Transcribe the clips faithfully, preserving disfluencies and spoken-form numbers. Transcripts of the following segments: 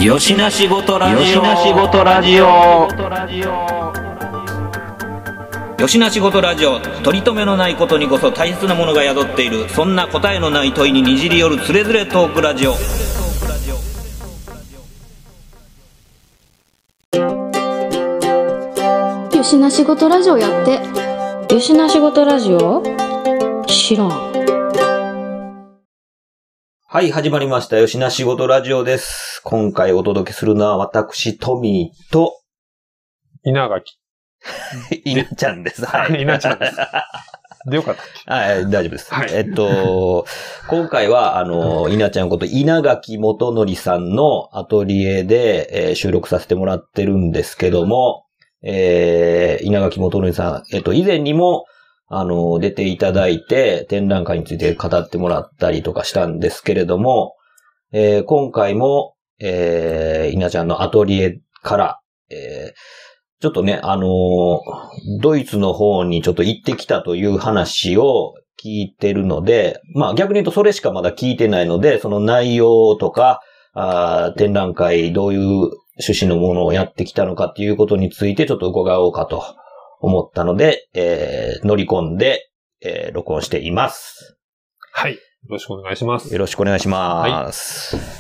よしなしごとラジオ。よしなしごとラジオ。よしなしごとラジオ。取り留めのないことにこそ大切なものが宿っている。そんな答えのない問いににじり寄るつれづれトークラジオ。 よしなしごとラジオやって。 よしなしごとラジオ知らん。 はい、始まりました。よしなしごとラジオです。今回お届けするのは私、トミーと、 稲垣。 稲ちゃんです。はい。 稲ちゃんです。でよかったっけ？ はい、大丈夫です。 はい、 えっと、今回は、あの、稲ちゃんこと稲垣元則さんのアトリエで、えー、収録させてもらってるんですけども、えー、稲垣元則さん、えっと、以前にも、あの、出ていただいて、展覧会について語ってもらったりとかしたんですけれども、えー、今回も、えー、稲ちゃんのアトリエから、えー、ちょっとね、あのー、ドイツの方にちょっと行ってきたという話を聞いてるので、まあ逆に言うとそれしかまだ聞いてないので、その内容とか、あ展覧会どういう趣旨のものをやってきたのかっていうことについてちょっと伺おうかと思ったので、えー、乗り込んで、えー、録音しています。 はい。よろしくお願いします。 よろしくお願いします。はい、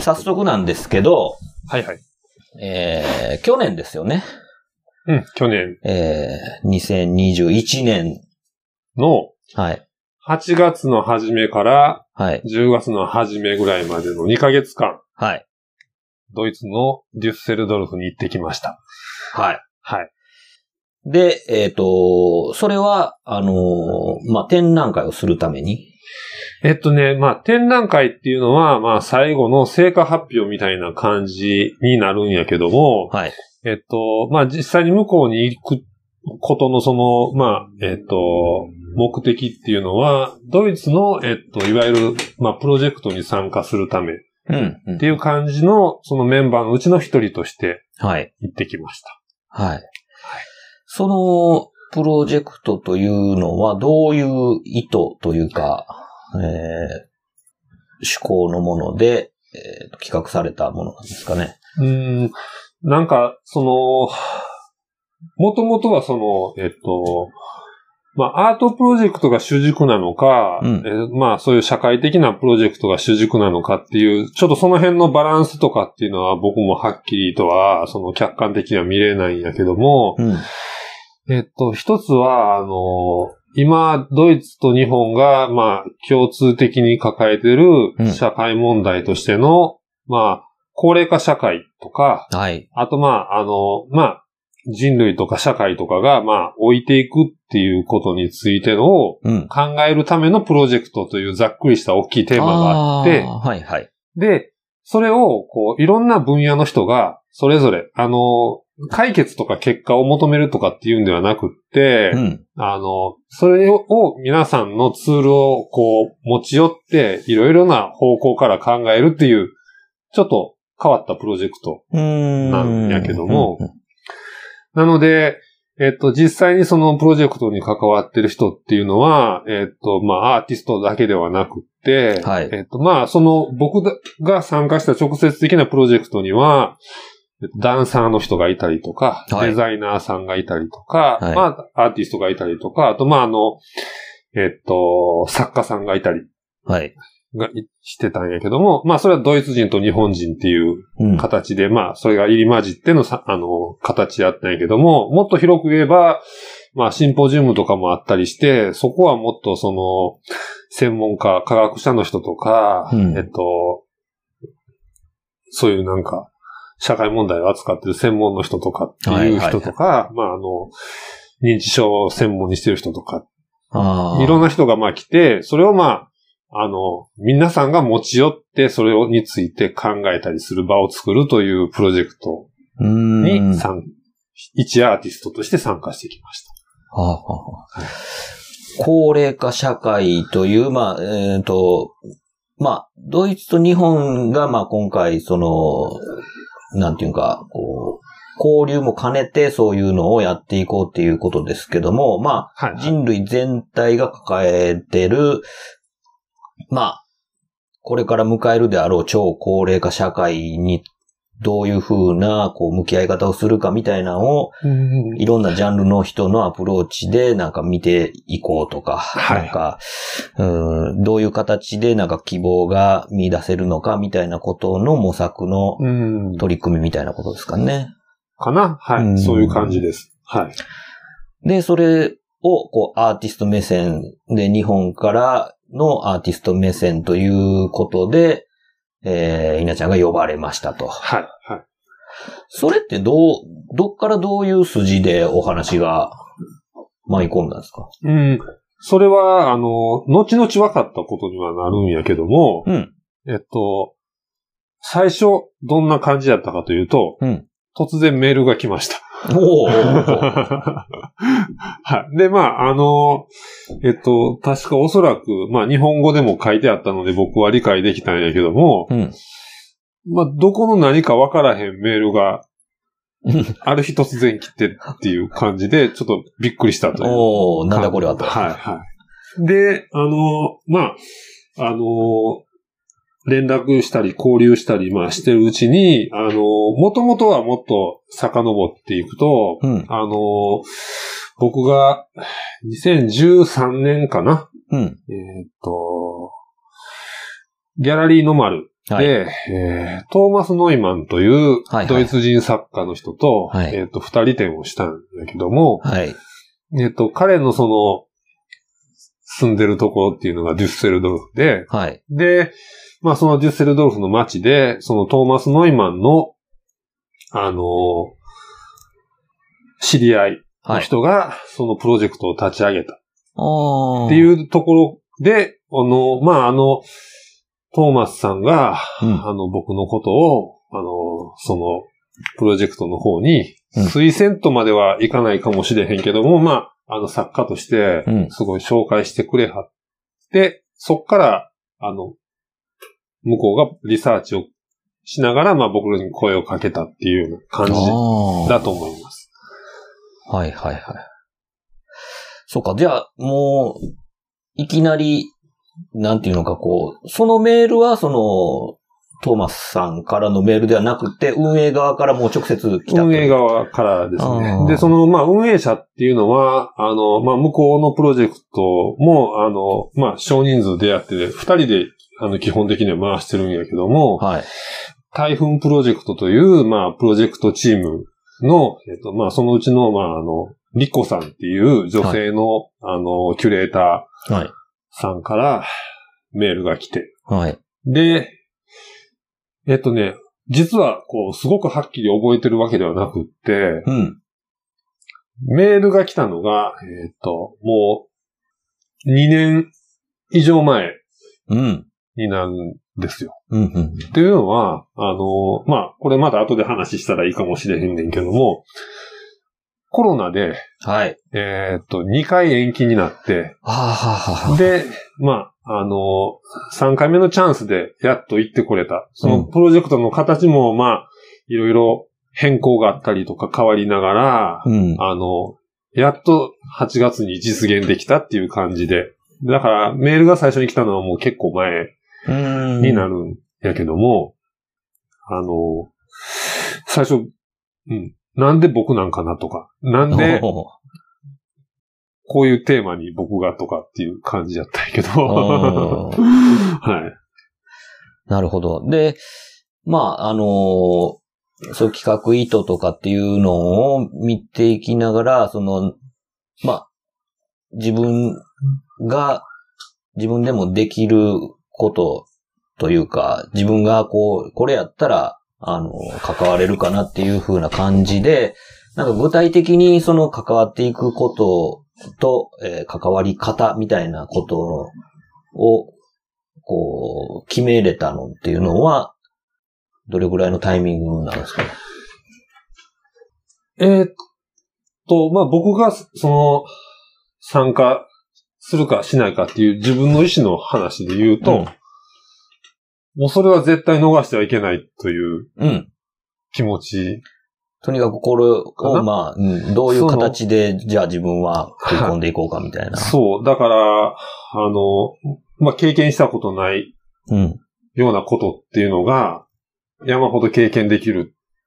早速なんですけど、 はいはい。 えー、去年ですよね。 うん、去年。 えー、にせんにじゅういちねんの、 はい。 はちがつの初めから、 はい。 じゅうがつの初めぐらいまでのにかげつかん。 はい。 ドイツのデュッセルドルフに行ってきました。 はい。 はい。 で、えっと、それは、あのー、まあ、展覧会をするためにえっとね、まあ、展覧会っていうのは、まあ、最後の成果発表みたいな感じになるんやけども、 はい。 えっと、まあ、実際に向こうに行くことのその、まあ、えっと、目的っていうのは、ドイツの、えっと、いわゆる、まあ、プロジェクトに参加するため、 うん、うん。 っていう感じの、そのメンバーのうちの一人として、はい。行ってきました。 はい。はい。その、プロジェクトというのは、どういう意図というか、えー、趣向のもので、えー、企画されたものなんですかね。 うーん、なんか、その、もともとはその、えっと、まあ、アートプロジェクトが主軸なのか、うん、えー、まあ、そういう社会的なプロジェクトが主軸なのかっていう、ちょっとその辺のバランスとかっていうのは僕もはっきりとは、その客観的には見れないんやけども、うん、えっと、一つは、あの、今、ドイツと日本が、まあ、共通的に抱えている社会問題としての、うん、まあ、高齢化社会とか、 はい。 あと、まあ、あの、まあ、人類とか社会とかが、まあ、置いていくっていうことについてのを考えるためのプロジェクトというざっくりした大きいテーマがあって、 あ、はいはい。 で、それを、こう、いろんな分野の人が、それぞれ、あの、解決とか結果を求めるとかっていうんではなくって、うん、あの、それを皆さんのツールをこう持ち寄っていろいろな方向から考えるっていう、ちょっと変わったプロジェクトなんやけども、なので、えっと、実際にそのプロジェクトに関わってる人っていうのは、えっと、まあ、アーティストだけではなくって、はい、えっと、まあ、その僕が参加した直接的なプロジェクトには、ダンサーの人がいたりとか、はい、デザイナーさんがいたりとか、はい、まあ、アーティストがいたりとか、あと、まあ、あの、えっと、作家さんがいたり、はい。が、してたんやけども、まあ、それはドイツ人と日本人っていう形で、うん、まあ、それが入り混じってのさ、あの、形やったんやけども、もっと広く言えば、まあ、シンポジウムとかもあったりして、そこはもっとその、専門家、科学者の人とか、うん、えっと、そういうなんか、社会問題を扱っている専門の人とかっていう人とか、はいはいはい、まあ、あの、認知症を専門にしている人とか、いろんな人がまあ来て、それをまあ、あの、皆さんが持ち寄って、それについて考えたりする場を作るというプロジェクトに参、一アーティストとして参加してきました。 はあはあ、高齢化社会という、まあ、えっと、まあ、ドイツと日本が、まあ今回、その、なんていうか、こう、交流も兼ねてそういうのをやっていこうっていうことですけども、まあ、はいはい、人類全体が抱えてる、まあ、これから迎えるであろう超高齢化社会にどういう風な、こう、向き合い方をするかみたいなのを、 うん、 いろんなジャンルの人のアプローチで、なんか見ていこうとか、 はい、 なんか、うん、どういう形でなんか希望が見出せるのかみたいなことの模索の取り組みみたいなことですかね。 かなはい、うん、そういう感じです。はい。 で、それを、こう、アーティスト目線で、日本からのアーティスト目線ということで、えー、稲ちゃんが呼ばれましたと。 はい、はい。 それってどう、どっからどういう筋でお話が舞い込んだんですか？ うん。それは、あの、後々分かったことにはなるんやけども、 うん。 えっと、最初、どんな感じだったかというと、 うん。 突然メールが来ました。 おー。 はい。で、まあ、あの、えっと、確かおそらく、まあ、日本語でも書いてあったので僕は理解できたんやけども、 うん。 まあ、どこの何かわからへんメールが、ある日突然来てっていう感じで、ちょっとびっくりしたという。 おー、なんだこれはと。 はい、はい。で、あの、まあ、あの、連絡したり交流したり、まあしてるうちに、あの、もともとはもっと遡っていくと、 うん、 あの、僕がにせんじゅうさんねんかな、 うん、 えーっと、ギャラリーノマルで、はい、えー、トーマス・ノイマンというドイツ人作家の人と、 はいはい、 えーっと、二人展をしたんだけども、 はい、 えーっと、彼のその、住んでるところっていうのがデュッセルドルフで、 はい、 で、まあそのデュッセルドルフの街で、そのトーマス・ノイマンの、あのー、知り合いの人が、そのプロジェクトを立ち上げた。っていうところで、あの、まああの、トーマスさんが、うん、あの、僕のことを、あの、その、プロジェクトの方に、推薦とまではいかないかもしれへんけども、うん、まあ、あの、作家として、すごい紹介してくれはって、そっから、あの、向こうがリサーチをしながら、まあ僕に声をかけたっていうような感じだと思います。 はいはいはい。そうか、じゃあもう、いきなり、なんていうのかこう、そのメールはその、トーマスさんからのメールではなくて、運営側からもう直接来た。 運営側からですね。で、その、まあ運営者っていうのは、あの、まあ向こうのプロジェクトも、あの、まあ少人数でやってて、二人であの、基本的には回してるんやけども、 はい。 台風プロジェクトという、まあ、プロジェクトチームの、えっと、まあ、そのうちの、まあ、あの、リコさんっていう女性の、はい、あの、キュレーターさんからメールが来て、 はい。 で、えっとね、実は、こう、すごくはっきり覚えてるわけではなくって、 うん。 メールが来たのが、えっと、もう、にねん以上前。 うん。 になるんですよ。 うんうん、 っていうのは、あの、まあ、これまた後で話したらいいかもしれへんねんけども、コロナで、 はい。 えー、っと、にかい延期になって、 はあはあはあ、 で、まあ、あの、さんかいめのチャンスでやっと行ってこれた。そのプロジェクトの形も、まあ、いろいろ変更があったりとか変わりながら、 うん、 あの、やっとはちがつに実現できたっていう感じで、だからメールが最初に来たのはもう結構前、になるんやけども、あの、最初、うん、なんで僕なんかなとか、なんで、こういうテーマに僕がとかっていう感じだったんやけど、はい。 なるほど。で、まあ、あの、そう企画意図とかっていうのを見ていきながら、その、まあ、自分が、自分でもできることというか、自分がこう、これやったら、あの、関われるかなっていう風な感じで、なんか具体的にその関わっていくことと、えー、関わり方みたいなことを、こう、決めれたのっていうのは、どれぐらいのタイミングなんですかね。 えー、っと、まあ、僕が、その、参加するかしないかっていう自分の意思の話で言うと、うん、もうそれは絶対逃してはいけないという気持ち、うん。 とにかくこれを、まあ、うん、どういう形で、じゃあ自分は食い込んでいこうかみたいな。 そう。だから、あの、まあ、経験したことないようなことっていうのが、山ほど経験できる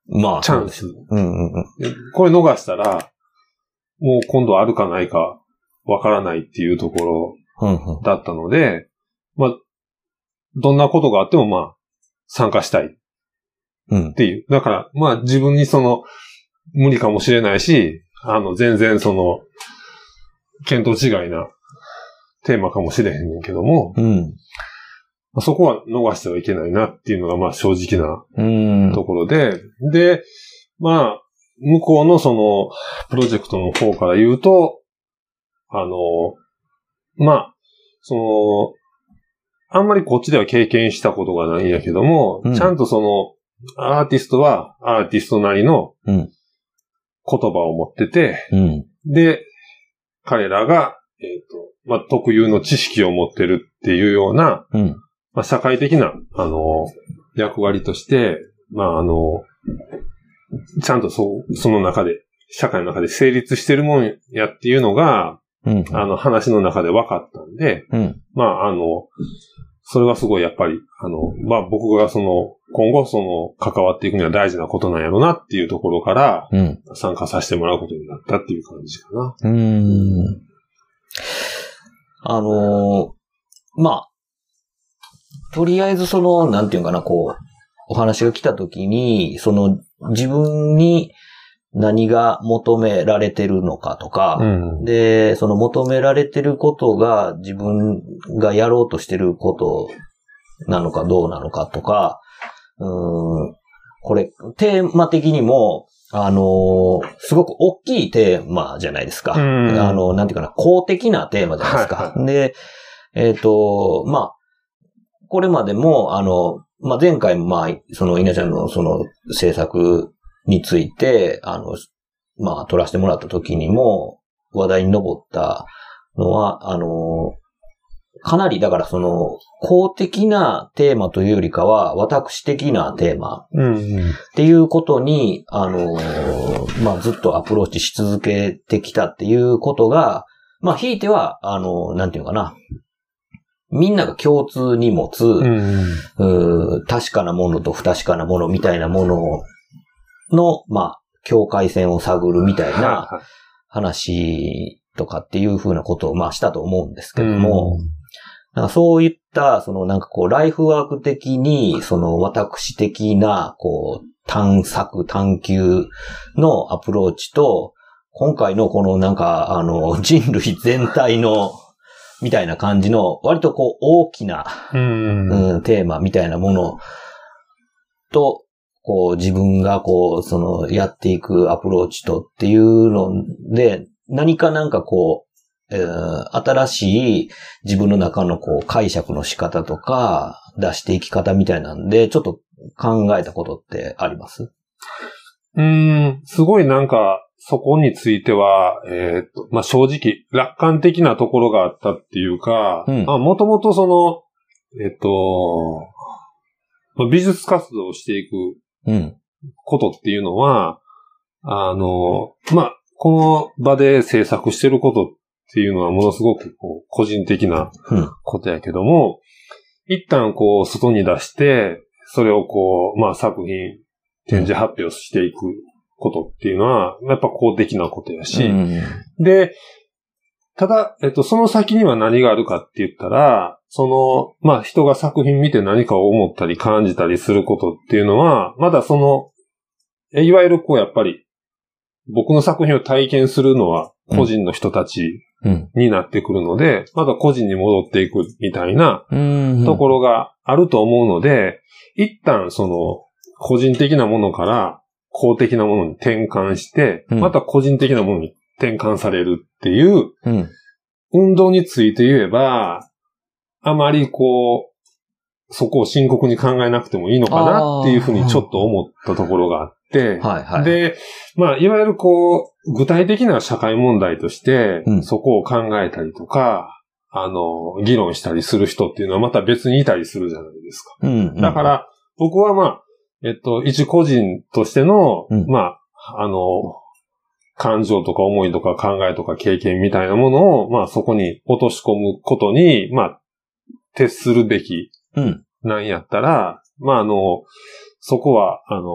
まあ、 チャンス。 うんうんうん。 これ逃したら、もう今度あるかないかわからないっていうところだったので、まあ、どんなことがあってもまあ、参加したいっていう。だから、まあ自分にその、無理かもしれないし、あの、全然その、見当違いなテーマかもしれへんねんけども、 うん、 そこは逃してはいけないなっていうのがまあ正直なところで、うん、で、まあ、向こうのその、プロジェクトの方から言うと、あの、まあ、その、あんまりこっちでは経験したことがないんやけども、うん、ちゃんとその、アーティストはアーティストなりの言葉を持ってて、うん、で、彼らが、えっと、まあ、特有の知識を持ってるっていうような、うん、まあ、社会的な、あの、役割として、まあ、あの、ちゃんとそう、その中で、社会の中で成立してるもんやっていうのが、うん、あの、話の中で分かったんで、うん、まあ、あの、それはすごいやっぱり、あの、まあ、僕がその、今後その、関わっていくには大事なことなんやろなっていうところから、うん、参加させてもらうことになったっていう感じかな。 うーん。あのー、まあ、とりあえずその、なんていうかな、こう、お話が来た時に、その、自分に何が求められてるのかとか、うん、で、その求められてることが自分がやろうとしてることなのかどうなのかとか、うーん、これ、テーマ的にも、あのー、すごく大きいテーマじゃないですか。うん、あの、なんていうかな、公的なテーマじゃないですか。はいはい、で、えっと、まあ、これまでも、あの、まあ、前回もまあ、その、稲ちゃんのその制作について、あの、まあ、撮らせてもらった時にも話題に上ったのは、あの、かなりだからその、公的なテーマというよりかは、私的なテーマっていうことに、あの、まあ、ずっとアプローチし続けてきたっていうことが、まあ、ひいては、あの、なんていうのかな。みんなが共通に持つ、うん、確かなものと不確かなものみたいなものの、まあ、境界線を探るみたいな話とかっていうふうなことを、まあ、したと思うんですけども、なんかそういった、そのなんかこう、ライフワーク的に、その私的な、こう、探索、探求のアプローチと、今回のこのなんか、あの、人類全体の、みたいな感じの、割とこう大きな、うんうん、テーマみたいなものと、こう自分がこう、そのやっていくアプローチとっていうので、何かなんかこう、えー、新しい自分の中のこう解釈の仕方とか、出していき方みたいなんで、ちょっと考えたことってあります？ うーん、すごいなんか、そこについては、えー、っと、まあ、正直、楽観的なところがあったっていうか、うん、あ、もともとその、えー、っと、美術活動をしていくことっていうのは、うん、あの、まあ、この場で制作してることっていうのはものすごくこう個人的なことやけども、うん、一旦こう外に出して、それをこう、まあ、作品、展示発表していく。ことっていうのは、やっぱ公的なことやし、うん、で、ただ、えっと、その先には何があるかって言ったら、その、まあ、人が作品見て何かを思ったり感じたりすることっていうのは、まだその、いわゆるこう、やっぱり、僕の作品を体験するのは個人の人たちになってくるので、うん、まだ個人に戻っていくみたいなところがあると思うので、一旦その、個人的なものから、公的なものに転換して、うん、また個人的なものに転換されるっていう、うん、運動について言えば、あまりこう、そこを深刻に考えなくてもいいのかなっていうふうにちょっと思ったところがあって、はいはい、で、まあ、いわゆるこう、具体的な社会問題として、うん、そこを考えたりとか、あの、議論したりする人っていうのはまた別にいたりするじゃないですか。うんうん、だから、僕はまあ、えっと、一個人としての、うん、まあ、あの、感情とか思いとか考えとか経験みたいなものを、まあそこに落とし込むことに、まあ、徹するべき、なんやったら、うん、まああの、そこは、あの、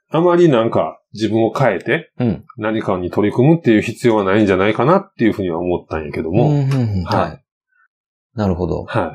あまりなんか自分を変えて、何かに取り組むっていう必要はないんじゃないかなっていうふうには思ったんやけども。 うんうんうん、はい。なるほど。 はい。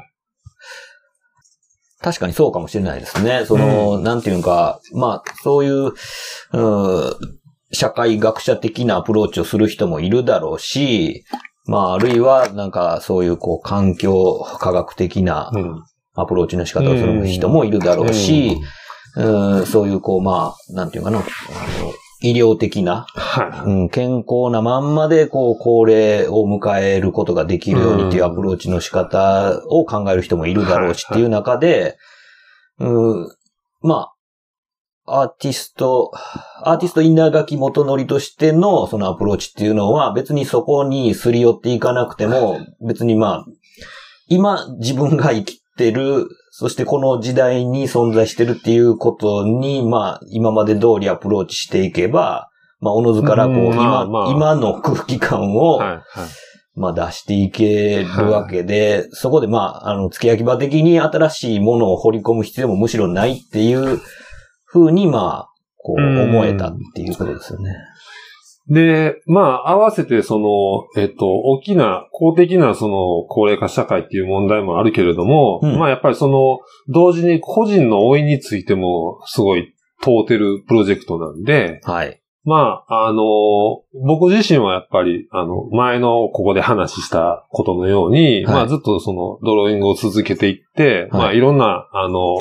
確かにそうかもしれないですね。その、うん、なんていうか、まあ、そういう、うん、社会学者的なアプローチをする人もいるだろうし、まあ、あるいは、なんか、そういう、こう、環境科学的なアプローチの仕方をする人もいるだろうし、うん、うん、そういう、こう、まあ、なんていうかな、あの医療的な、はい、うん、健康なまんまで、こう、高齢を迎えることができるようにっていうアプローチの仕方を考える人もいるだろうしっていう中で、うん、まあ、アーティスト、アーティスト稲垣元則としてのそのアプローチっていうのは別にそこにすり寄っていかなくても、別にまあ、今自分が生きてる、そしてこの時代に存在してるっていうことに、まあ、今まで通りアプローチしていけば、まあ、おのずからこう、今、まあ、今の空気感を、はいはい、まあ、出していけるわけで、はい、そこでまあ、あの、付け焼き場的に新しいものを掘り込む必要もむしろないっていう風に、まあ、こう、思えたっていうことですよね。 で、まあ、合わせて、その、えっと、大きな、公的な、その、高齢化社会っていう問題もあるけれども、うん、まあ、やっぱりその、同時に個人の老いについても、すごい問うてるプロジェクトなんで、 はい。 まあ、あの、僕自身はやっぱり、あの、前のここで話したことのように、はい、まあ、ずっとその、ドローイングを続けていって、はい、まあ、いろんな、あの、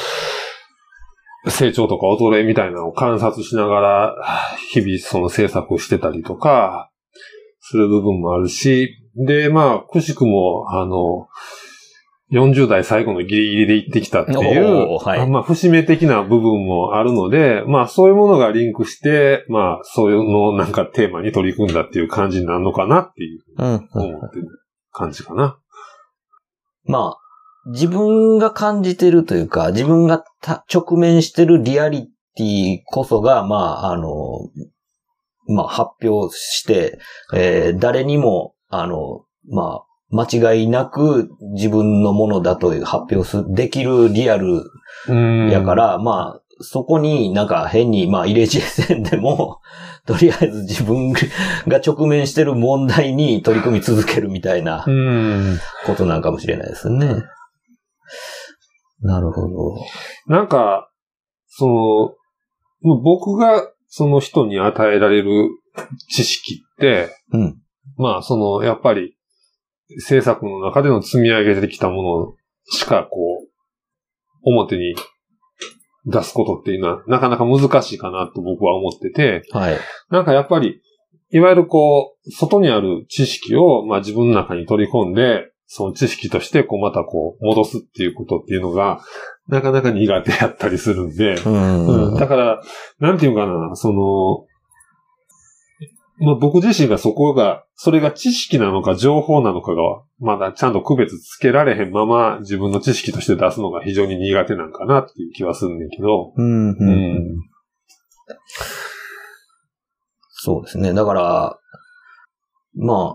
成長とか衰えみたいなのを観察しながら、日々その制作をしてたりとか、する部分もあるし、で、まあ、くしくも、あの、よんじゅう代最後のギリギリで行ってきたっていう、はい、まあ、節目的な部分もあるので、まあ、そういうものがリンクして、まあ、そういうのをなんかテーマに取り組んだっていう感じになるのかなっていう、思ってる感じかな。 まあ、自分が感じてるというか、自分が直面してるリアリティこそが、まあ、あの、まあ、発表して、えー、誰にも、あの、まあ、間違いなく自分のものだと発表すできるリアルやから、まあ、そこになんか変に、まあ、入れ知恵戦でも、とりあえず自分が直面してる問題に取り組み続けるみたいなことなんかもしれないですね。なるほど。 なんか、その、僕がその人に与えられる知識って、 うん、 まあその、やっぱり制作の中での積み上げてきたものしかこう、表に出すことっていうのはなかなか難しいかなと僕は思ってて、 はい。 なんかやっぱり、いわゆるこう、外にある知識をまあ自分の中に取り込んで、その知識として、こう、またこう、戻すっていうことっていうのが、なかなか苦手やったりするんで、 うんうん、だから、なんていうかな、その、まあ、僕自身がそこが、それが知識なのか情報なのかが、まだちゃんと区別つけられへんまま、自分の知識として出すのが非常に苦手なんかなっていう気はするんだけど、 うんうんうん、そうですね。だから、まあ、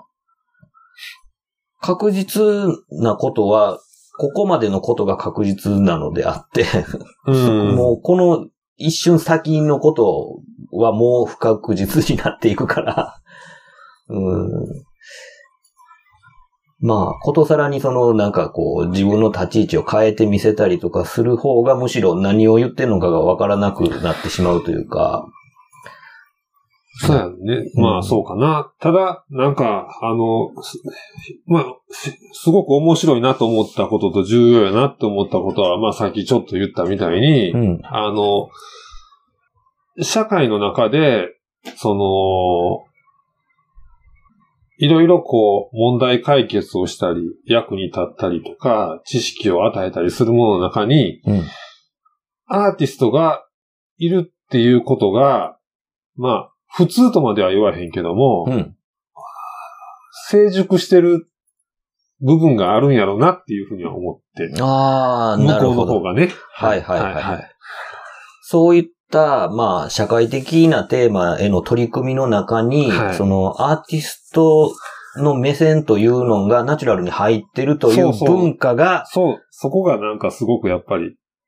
確実なことは、ここまでのことが確実なのであって、 うん、 もうこの一瞬先のことはもう不確実になっていくから、うん、まあ、ことさらにそのなんかこう自分の立ち位置を変えてみせたりとかする方がむしろ何を言ってるのかがわからなくなってしまうというか、 そうやね。まあ、そうかな。ただ、なんか、あの、まあ、すごく面白いなと思ったことと重要やなと思ったことは、まあ、さっきちょっと言ったみたいに、 うん、 あの、社会の中で、その、いろいろこう、問題解決をしたり、役に立ったりとか、知識を与えたりするものの中に、 うん、 アーティストがいるっていうことが、まあ、普通とまでは言わへんけども、 うん、 成熟してる部分があるんやろうなっていうふうには思って。 ああ、なるほど。 向こうの方がね。 はいはいはい。はいはい、そういった、まあ、社会的なテーマへの取り組みの中に、はい、そのアーティストの目線というのがナチュラルに入ってるという文化が、 そうそう、そう、そこがなんかすごくやっぱり、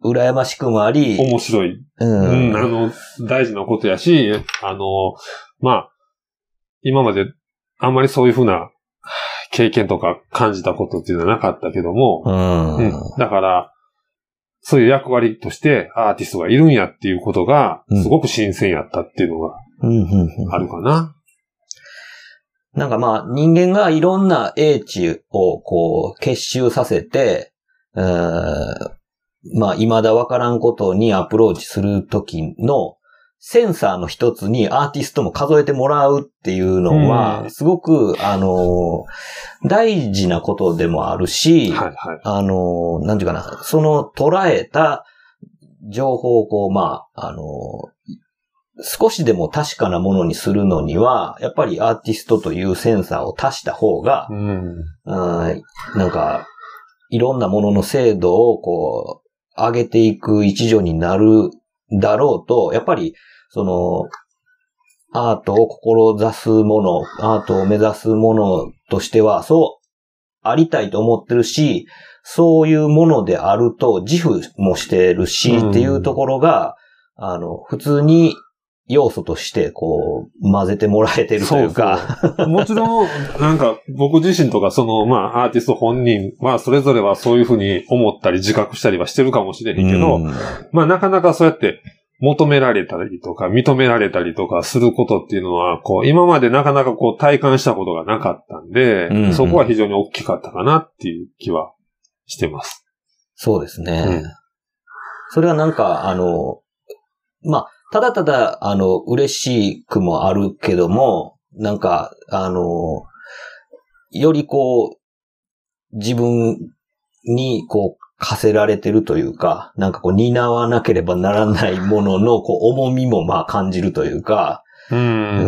羨ましくもあり、 面白い。うん。うん、あの、大事なことやし、あの、まあ、今まであんまりそういうふうな経験とか感じたことっていうのはなかったけども、うん、うん、だから、そういう役割としてアーティストがいるんやっていうことが、すごく新鮮やったっていうのがあるかな。 なんかまあ、人間がいろんな英知をこう、結集させて、うーんまあ、未だわからんことにアプローチするときのセンサーの一つにアーティストも数えてもらうっていうのは、すごく、あの、大事なことでもあるし、はいはい、あの、なんていうかな、その捉えた情報をこう、まあ、あの、少しでも確かなものにするのには、やっぱりアーティストというセンサーを足した方が、うん、なんか、いろんなものの精度をこう、上げていく一助になるだろうと、やっぱり、その、アートを志すもの、アートを目指すものとしては、そうありたいと思ってるし、そういうものであると自負もしてるし、っていうところが、あの、普通に要素として、こう、混ぜてもらえてるというか。 そうそうもちろん、なんか、僕自身とか、その、まあ、アーティスト本人は、それぞれはそういうふうに思ったり、自覚したりはしてるかもしれへんけど、まあ、なかなかそうやって、求められたりとか、認められたりとかすることっていうのは、こう、今までなかなかこう、体感したことがなかったんで、うんうん、そこは非常に大きかったかなっていう気はしてます。 そうですね。うん、それはなんか、あの、まあ、ただただ、あの、嬉しくもあるけども、なんか、あの、よりこう、自分にこう、課せられてるというか、なんかこう、担わなければならないものの、こう、重みもまあ感じるというか、うん、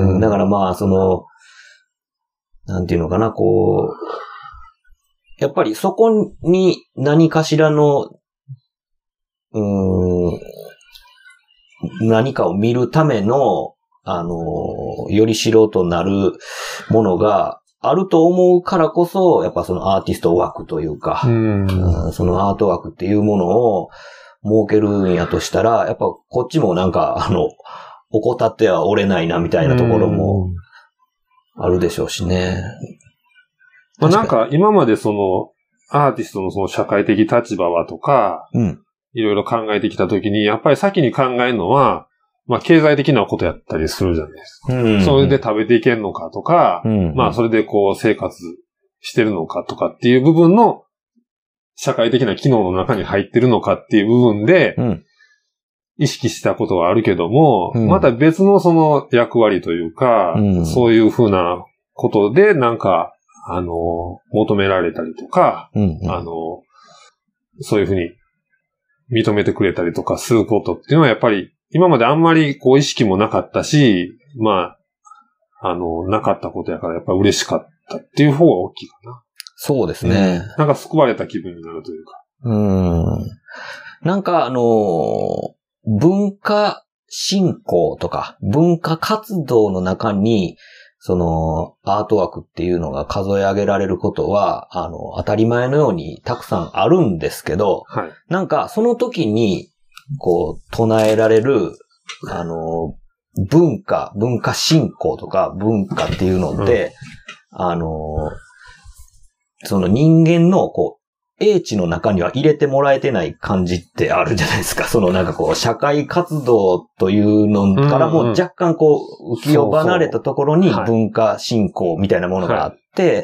うん、だからまあ、その、なんていうのかな、こう、やっぱりそこに何かしらの、うーん、何かを見るための、あの、より素人になるものがあると思うからこそ、やっぱそのアーティスト枠というか、うんうん、そのアート枠っていうものを設けるんやとしたら、やっぱこっちもなんか、あの、怠っては折れないなみたいなところもあるでしょうしね。 まあ、なんか今までそのアーティストのその社会的立場はとか、うんいろいろ考えてきたときに、やっぱり先に考えるのは、まあ経済的なことやったりするじゃないですか。うんうん、それで食べていけんのかとか、うんうん、まあそれでこう生活してるのかとかっていう部分の社会的な機能の中に入ってるのかっていう部分で、意識したことはあるけども、うん、また別のその役割というか、うん、そういうふうなことでなんか、あの、求められたりとか、うんうん、あの、そういうふうに認めてくれたりとかすることっていうのはやっぱり今まであんまりこう意識もなかったし、まあ、あの、なかったことやからやっぱり嬉しかったっていう方が大きいかな。 そうですね。 うん、なんか救われた気分になるというか。 うん。なんかあの、文化振興とか文化活動の中にその、アートワークっていうのが数え上げられることは、あの、当たり前のようにたくさんあるんですけど、はい、なんか、その時に、こう、唱えられる、あの、文化、文化振興とか文化っていうのって、うん、あの、その人間の、こう、英知の中には入れてもらえてない感じってあるじゃないですか。そのなんかこう、社会活動というのからも若干こう、浮世離れたところに文化振興みたいなものがあって、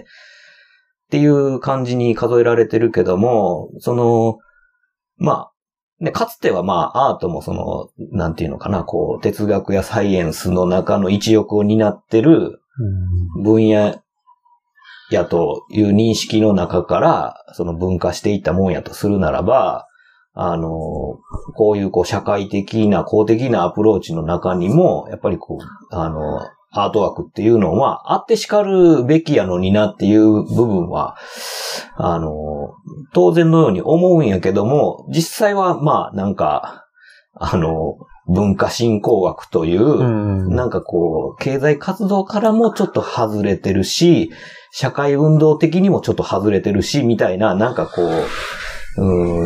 っていう感じに数えられてるけども、その、まあ、ね、かつてはまあ、アートもその、なんていうのかな、こう、哲学やサイエンスの中の一翼を担ってる分野、やという認識の中から、その分化していったもんやとするならば、あの、こういうこう社会的な公的なアプローチの中にも、やっぱりこう、あの、アートワークっていうのはあってしかるべきやのになっていう部分は、あの、当然のように思うんやけども、実際はまあなんか、あの、文化振興学という、うん、なんかこう、経済活動からもちょっと外れてるし、社会運動的にもちょっと外れてるし、みたいな、なんかこう、うーん、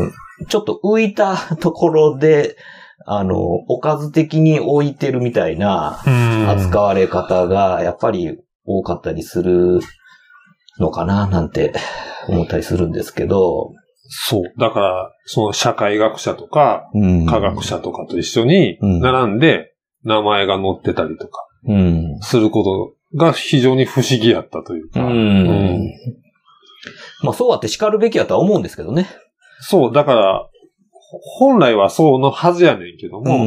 ちょっと浮いたところで、あの、おかず的に置いてるみたいな扱われ方が、やっぱり多かったりするのかな、なんて思ったりするんですけど。 そう。だから、その社会学者とか、科学者とかと一緒に並んで名前が載ってたりとか、することが非常に不思議やったというか。うんうん、 まあそうあって叱るべきやとは思うんですけどね。 そう。だから、本来はそうのはずやねんけども、うん、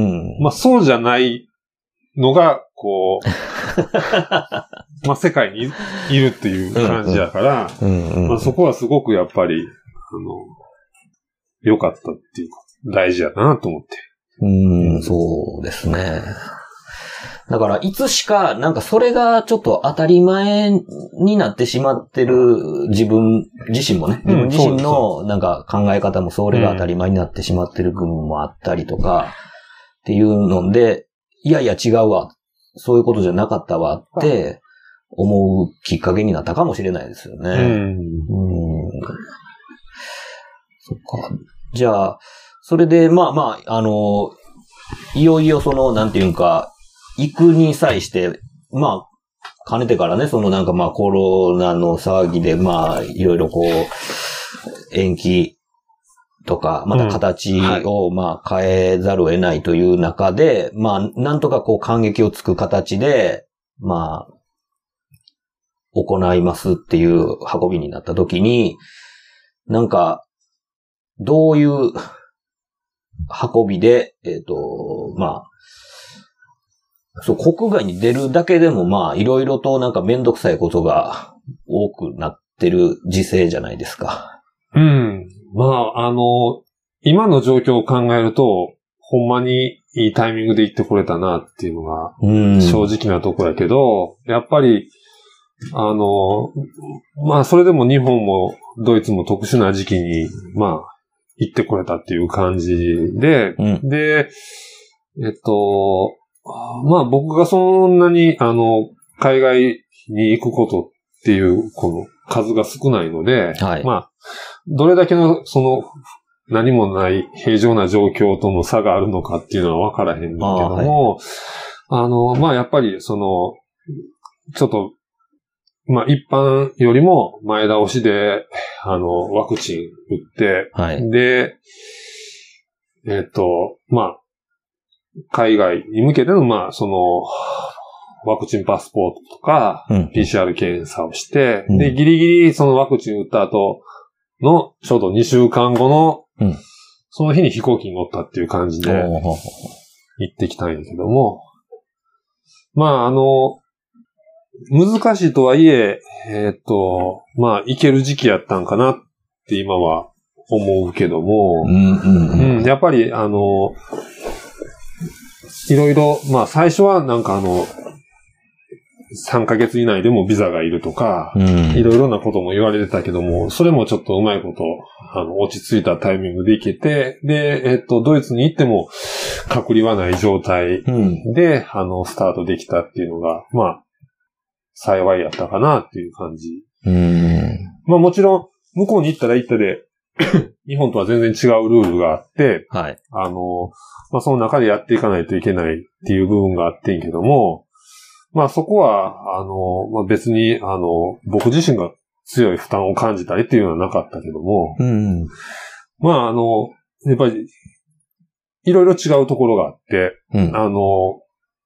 まあそうじゃないのが、こう、まあ世界にいるっていう感じやから、うんうんまあ、そこはすごくやっぱり、あの、良かったっていうか、大事やなと思って。 うん、そうですね。だから、いつしか、なんかそれがちょっと当たり前になってしまってる自分自身もね、自分自身のなんか考え方もそれが当たり前になってしまってる部分もあったりとか、っていうので、いやいや違うわ、そういうことじゃなかったわって思うきっかけになったかもしれないですよね。うん。うんそっか。じゃあ、それで、まあまあ、あの、いよいよその、なんていうか、行くに際して、まあ、かねてからね、そのなんかまあコロナの騒ぎで、まあ、いろいろこう、延期とか、また形をまあ変えざるを得ないという中で、うんはい、まあ、なんとかこう感激をつく形で、まあ、行いますっていう運びになった時に、なんか、どういう運びで、えっと、まあ、そう、国外に出るだけでも、まあ、いろいろとなんかめんどくさいことが多くなってる時勢じゃないですか。 うん。まあ、あの、今の状況を考えると、ほんまにいいタイミングで行ってこれたなっていうのが、正直なとこやけど、やっぱり、あの、まあ、それでも日本もドイツも特殊な時期に、まあ、行ってこれたっていう感じで、うん、で、えっと、まあ僕がそんなに、あの、海外に行くことっていう、この数が少ないので、はい、まあ、どれだけの、その、何もない平常な状況との差があるのかっていうのは分からへんけども、あ、はい、あの、まあやっぱり、その、ちょっと、まあ一般よりも前倒しで、あの、ワクチン打って、はい、で、えっと、まあ、海外に向けての、まあ、その、ワクチンパスポートとか、うん、ピーシーアール 検査をして、うん、で、ギリギリそのワクチン打った後の、ちょうどにしゅうかんごの、うん、その日に飛行機に乗ったっていう感じで、行ってきたんやけども、まあ、あの、難しいとはいえ、えっと、まあ、行ける時期やったんかなって今は思うけども、うんうんうんうん、やっぱり、あの、いろいろ、まあ、最初はなんかあの、さんかげつ以内でもビザがいるとか、うん、いろいろなことも言われてたけども、それもちょっとうまいこと、あの、落ち着いたタイミングで行けて、で、えっと、ドイツに行っても隔離はない状態で、うん、あの、スタートできたっていうのが、まあ、幸いやったかなっていう感じ。うん、まあもちろん、向こうに行ったら行ったで、日本とは全然違うルールがあって、はい、あの、まあその中でやっていかないといけないっていう部分があってんけども、まあそこは、あの、まあ別に、あの、僕自身が強い負担を感じたりっていうのはなかったけども、うん、まああの、やっぱり、いろいろ違うところがあって、うん、あの、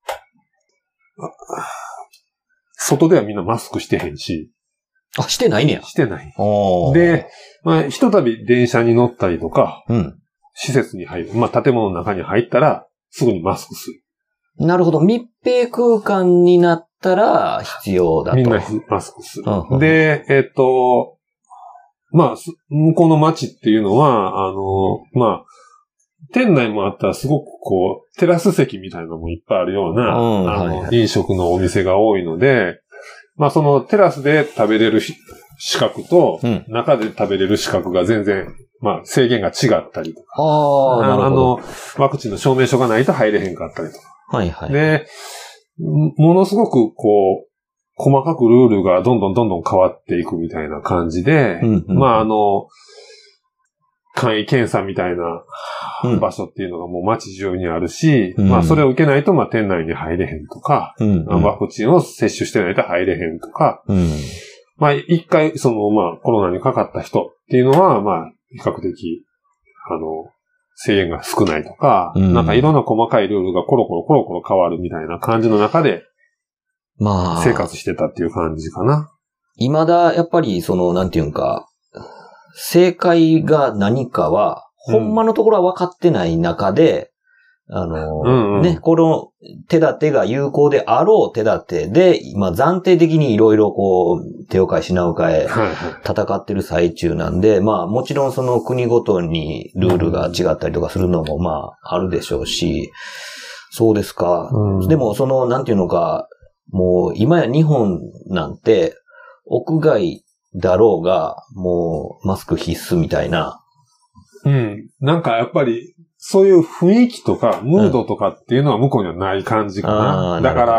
外ではみんなマスクしてへんし。 あ、してないねや。 してない。で、まあ、ひとたび電車に乗ったりとか、うん、施設に入る。まあ、建物の中に入ったら、すぐにマスクする。 なるほど。密閉空間になったら必要だと。 みんなマスクする。うん、で、えっと、まあ、向こうの街っていうのは、あの、まあ、店内もあったらすごくこう、テラス席みたいなのもいっぱいあるような、うん、あの、はいはい、飲食のお店が多いので、まあそのテラスで食べれる資格と、うん、中で食べれる資格が全然、まあ制限が違ったりとか。ああ、なるほど。あの、ワクチンの証明書がないと入れへんかったりとか。はいはい。で、ものすごくこう、細かくルールがどんどんどんどん変わっていくみたいな感じで、うんうん、まああの、 簡易検査みたいな場所っていうのがもう街中にあるし、 うん、 まあそれを受けないとまあ店内に入れへんとか、 うんうん、 ワクチンを接種してないと入れへんとか、 うん、 まあ一回そのまあコロナにかかった人っていうのはまあ比較的、あの、制限が少ないとか、うん、なんかいろんな細かいルールがコロコロコロコロ変わるみたいな感じの中で、まあ、生活してたっていう感じかな。 未だやっぱりその、なんていうんか、正解が何かは、ほんまのところは分かってない中で、うん、あの、うんうん、ね、この手立てが有効であろう手立てで、まあ暫定的にいろいろこう、手を変え品を変え、戦ってる最中なんで、はいはい、まあもちろんその国ごとにルールが違ったりとかするのもまああるでしょうし、そうですか。うん、でもその、なんていうのか、もう今や日本なんて、屋外だろうが、もうマスク必須みたいな。 うん。なんかやっぱり、そういう雰囲気とか、ムードとかっていうのは向こうにはない感じかな。うん、だから、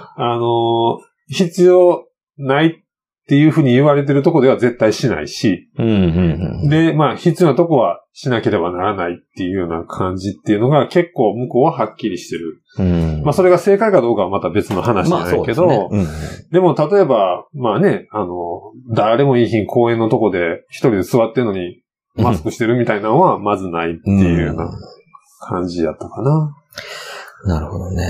あの、必要ないっていうふうに言われてるとこでは絶対しないし、 うんうんうん、 で、まあ必要なとこはしなければならないっていうような感じっていうのが結構向こうははっきりしてる。うん、まあそれが正解かどうかはまた別の話じゃないけど、まあそうですね、うん、でも例えば、まあね、あの、誰もいい日公園のとこで一人で座ってるのにマスクしてるみたいなのはまずないっていうような感じやったかな。 うん、なるほどね。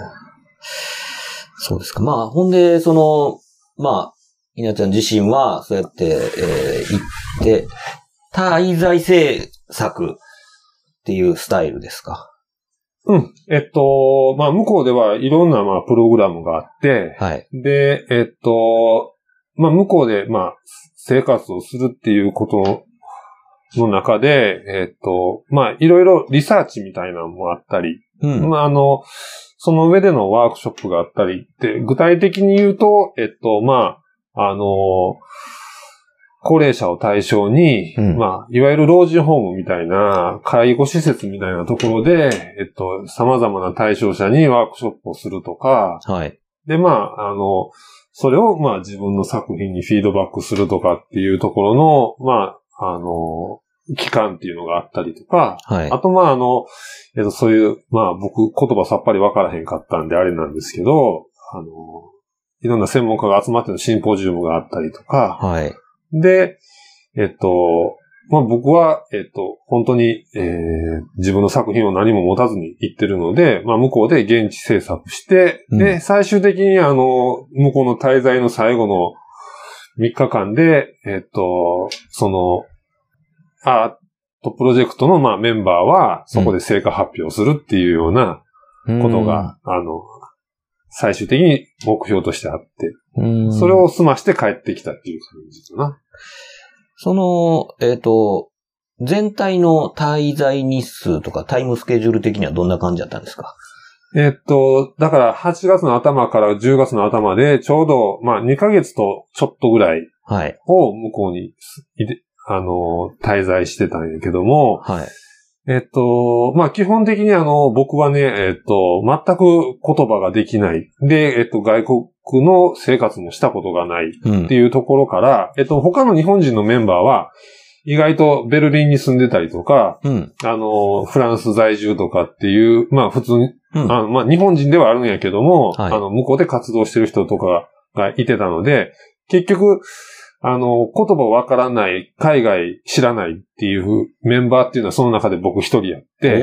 そうですか。まあほんで、その、まあ、稲ちゃん自身は、そうやって、えー、行って、滞在制作っていうスタイルですか？ うん。えっと、まあ、向こうではいろんな、まあ、プログラムがあって、 はい。 で、えっと、まあ、向こうで、まあ、生活をするっていうことの中で、えっと、まあ、いろいろリサーチみたいなのもあったり、うん、まあ、あの、その上でのワークショップがあったりって、具体的に言うと、えっと、まあ、あの、高齢者を対象に、うん、まあ、いわゆる老人ホームみたいな、介護施設みたいなところで、えっと、様々な対象者にワークショップをするとか、 はい。 で、まあ、あの、それを、まあ、自分の作品にフィードバックするとかっていうところの、まあ、あの、期間っていうのがあったりとか、 はい。 あと、まあ、あの、えっと、そういう、まあ、僕、言葉さっぱりわからへんかったんであれなんですけど、あの、いろんな専門家が集まってのシンポジウムがあったりとか、 はい。 で、えっと、まあ、僕は、えっと、本当に、えー、自分の作品を何も持たずに行ってるので、まあ、向こうで現地制作して、うん、で、最終的にあの、向こうの滞在の最後のみっかかんで、えっと、その、アートプロジェクトの、まあ、メンバーは、そこで成果発表するっていうようなことが、うん、あの、最終的に目標としてあって、うんそれを済まして帰ってきたっていう感じかな。 その、えっと、全体の滞在日数とかタイムスケジュール的にはどんな感じだったんですか？ えっと、だからはちがつの頭からじゅうがつの頭でちょうど、まあにかげつとちょっとぐらいを向こうに、はい、あの、滞在してたんやけども、 はい。 えっと、まあ、基本的にあの、僕はね、えっと、全く言葉ができない。で、えっと、外国の生活もしたことがないっていうところから、うん、えっと、他の日本人のメンバーは、意外とベルリンに住んでたりとか、 うん、 あの、フランス在住とかっていう、まあ、普通に、うん、あのまあ、日本人ではあるんやけども、はい、あの、向こうで活動してる人とかがいてたので、結局、あの、言葉わからない、海外知らないっていうメンバーっていうのはその中で僕一人やって。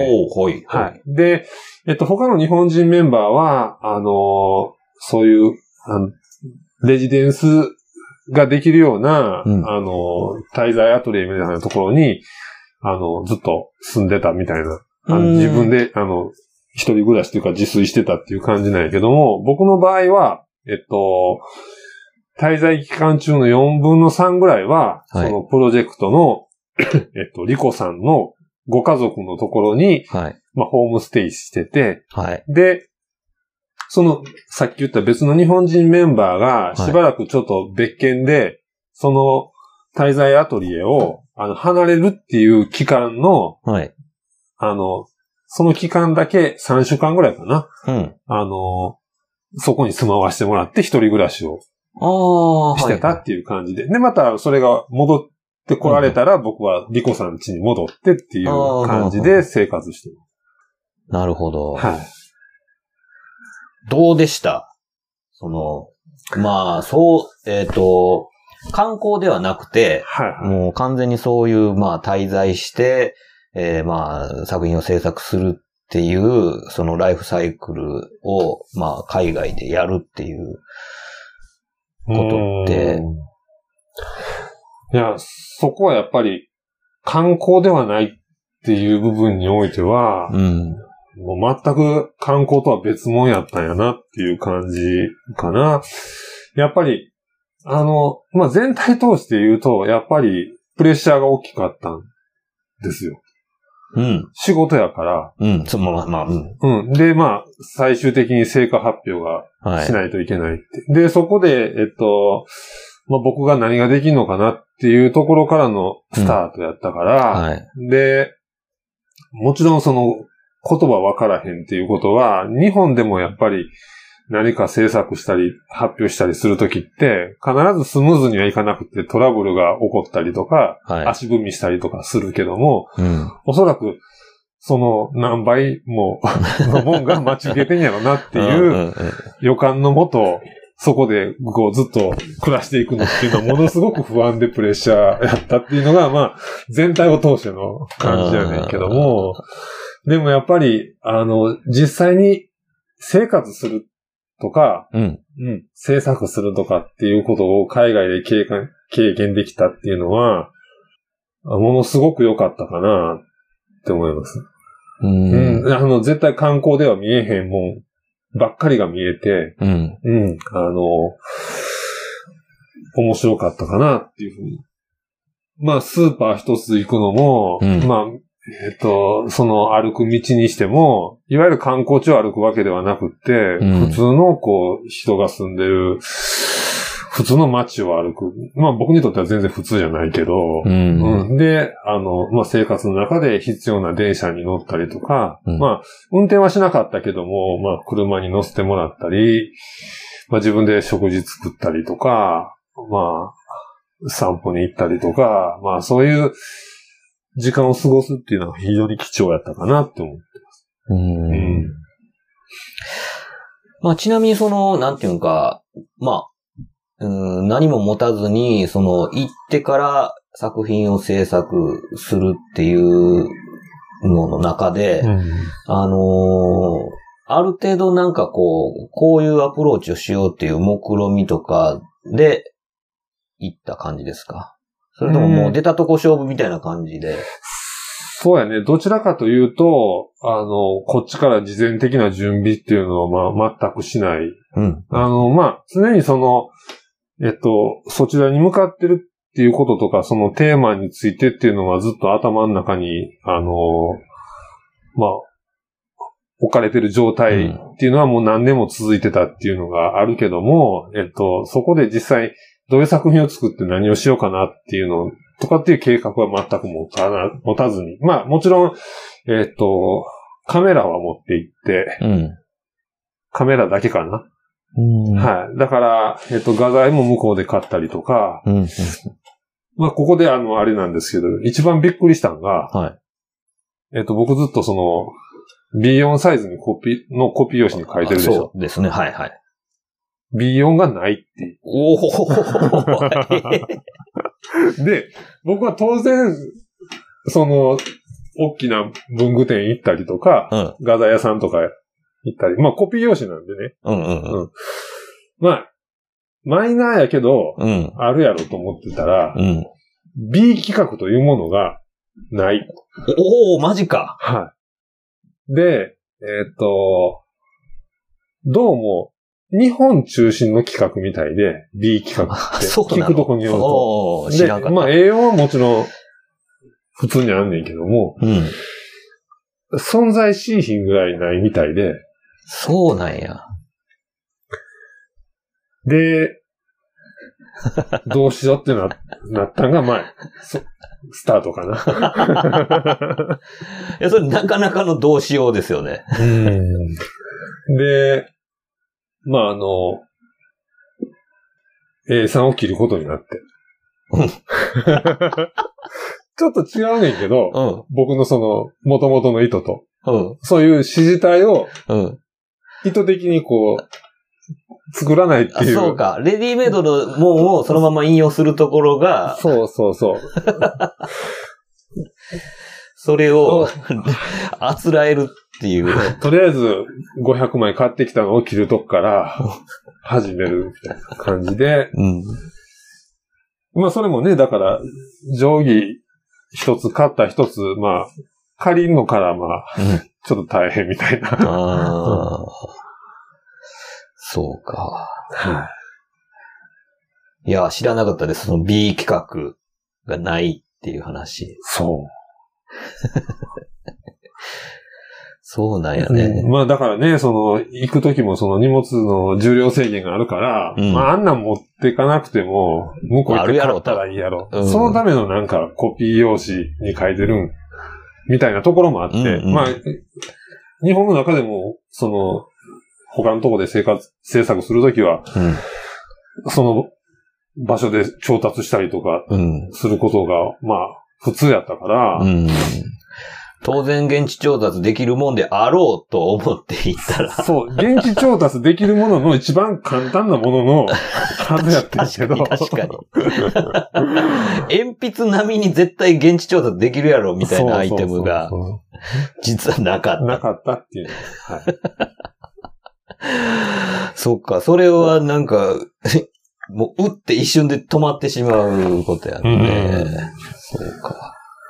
おー、はい。 はい。で、えっと、他の日本人メンバーは、あの、そういう、あのレジデンスができるような、うん、あの、滞在アトリエみたいなところに、あの、ずっと住んでたみたいな。あの自分で、あの、一人暮らしというか自炊してたっていう感じなんやけども、僕の場合は、えっと、滞在期間中のよんぶんのさんぐらいは、はい、そのプロジェクトの、えっと、リコさんのご家族のところに、 はい、 まあ、ホームステイしてて、 はい、 で、その、さっき言った別の日本人メンバーが、しばらくちょっと別件で、はい、その、滞在アトリエを、あの、離れるっていう期間の、 はい、 あの、その期間だけさんしゅうかんぐらいかな。 うん。 あの、そこに住まわしてもらって一人暮らしを、してたっていう感じで。で、またそれが戻っって来られたら、僕はリコさん家に戻ってっていう感じで生活してる。 なるほど。 はい。 どうでしたその、まあ、そう、えっと、観光ではなくて、 はいはい、 もう完全にそういう、まあ、滞在して、えー、まあ、作品を制作するっていう、そのライフサイクルを、まあ、海外でやるっていうことって。 いや、そこはやっぱり観光ではないっていう部分においては、うん、もう全く観光とは別物やったんやなっていう感じかな。やっぱり、あの、まあ、全体通して言うと、やっぱりプレッシャーが大きかったんですよ。 うん。 仕事やから。 うん。そのまあ、まあ、うん。 うん。で、まあ、最終的に成果発表がしないといけないって。はい、で、そこで、えっと、まあ、僕が何ができるのかなっていうところからのスタートやったから、うんはい、で、もちろんその言葉分からへんっていうことは、日本でもやっぱり何か制作したり発表したりするときって、必ずスムーズにはいかなくてトラブルが起こったりとか、はい、足踏みしたりとかするけども、うん、おそらくその何倍ものもんが待ち受けてんやろなっていう予感のもと、そこでこうずっと暮らしていくのっていうのはものすごく不安でプレッシャーやったっていうのが、まあ全体を通しての感じやねんけども、でもやっぱり、あの、実際に生活するとか、うん、うん、制作するとかっていうことを海外で経験、経験できたっていうのは、ものすごく良かったかなって思います。うん、うん。あの、絶対観光では見えへんもんばっかりが見えて、うん。うん。あの、面白かったかなっていうふうに。まあ、スーパー一つ行くのも、うん、まあ、えっと、その歩く道にしても、いわゆる観光地を歩くわけではなくって、うん、普通のこう、人が住んでる、普通の街を歩く。まあ僕にとっては全然普通じゃないけど、うんうん、で、あの、まあ生活の中で必要な電車に乗ったりとか、うん、まあ運転はしなかったけども、まあ車に乗せてもらったり、まあ自分で食事作ったりとか、まあ散歩に行ったりとか、まあそういう時間を過ごすっていうのが非常に貴重やったかなって思ってます。うん、うん、 まあちなみにその、なんていうか、まあ、うん、何も持たずに、その、行ってから作品を制作するっていうのの中で、うん、あのー、ある程度なんかこう、こういうアプローチをしようっていう目論みとかで行った感じですか？それとももう出たとこ勝負みたいな感じで、うん、 そうやね。どちらかというと、あの、こっちから事前的な準備っていうのは、まあ、全くしない。うん、あの、まあ、常にその、えっと、そちらに向かってるっていうこととか、そのテーマについてっていうのはずっと頭の中に、あの、まあ、置かれてる状態っていうのはもう何年も続いてたっていうのがあるけども、えっと、そこで実際どういう作品を作って何をしようかなっていうのとかっていう計画は全く持たな、持たずに。まあ、もちろん、えっと、カメラは持って行って、うん、カメラだけかな。うん、はい。だから、えっと、画材も向こうで買ったりとか、うん、まあ、ここであの、あれなんですけど、一番びっくりしたのが、はい、えっと、僕ずっとその、ビーよん サイズにコピー、のコピー用紙に書いてるでしょ。 そうですね、はいはい。 ビーよん がないっていう。おーで、僕は当然、その、大きな文具店行ったりとか、うん、画材屋さんとか、行ったり。まあ、コピー用紙なんでね。うんうんうん。うん、まあ、マイナーやけど、うん、あるやろと思ってたら、うん、B 企画というものがない。 おお、マジか。 はい。で、えー、っと、どうも、日本中心の企画みたいで、B 企画って聞くとこによると。 知らんかった。 まあ、栄養はもちろん、普通にあんねんけども、うん、存在しいひんぐらいないみたいで、 そうなんや。 で、どうしようってな、なったんが、まあ、スタートかな。 いや、それなかなかのどうしようですよね。 うん。で、まあ、あの、A さんを切ることになって。 ちょっと違うねんけど、 うん、 僕のその、元々の意図と。 うん、 そういう指示体を、 うん、 意図的にこう、作らないっていう。 そうか。レディメイドのもんをそのまま引用するところが。 そうそうそう。 それを、あつらえるっていう。 とりあえず、ごひゃくまい買ってきたのを切るとこから始めるみたいな感じで。 うん、 まあそれもね、だから、定規一つ買った一つ、まあ、借りるのからまあ、うん、ちょっと大変みたいな。 ああ。そうか。はい。いや、知らなかったです。その B 企画がないっていう話。 そう。 そうなんやね。 うん、まあだからね、その、行くときもその荷物の重量制限があるから、うん、まああんなん持っていかなくても、向こう行って買ったらいいやろ。うん、そのためのなんかコピー用紙に書いてるん、みたいなところもあって、うんうん、まあ、日本の中でも、その、他のところで生活、制作するときは、うん、その場所で調達したりとか、することが、うん、まあ、普通やったから、うん、 当然現地調達できるもんであろうと思っていったら。 そう、現地調達できるものの一番簡単なもののはずやったんですけど。 確かに。確かに。鉛筆並みに絶対現地調達できるやろみたいなアイテムが、実はなかった。 なかったっていう。はい。 そっか、それはなんか、もう、打って一瞬で止まってしまうことやね。うん、そうか。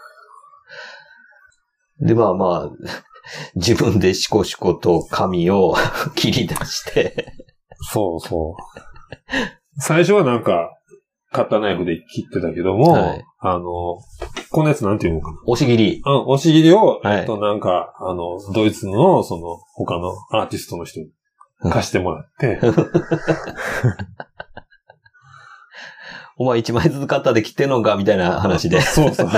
で、まあまあ、自分でシコシコと紙を切り出して。 そうそう。最初はなんか、カッターナイフで切ってたけども、はい、あの、このやつなんていうのかな。 押し切り。 うん、押し切りを、はい、えっとなんか、あの、ドイツの、その、他のアーティストの人に貸してもらって。 お前一枚ずつカッターで切ってんのかみたいな話で。 そうそう。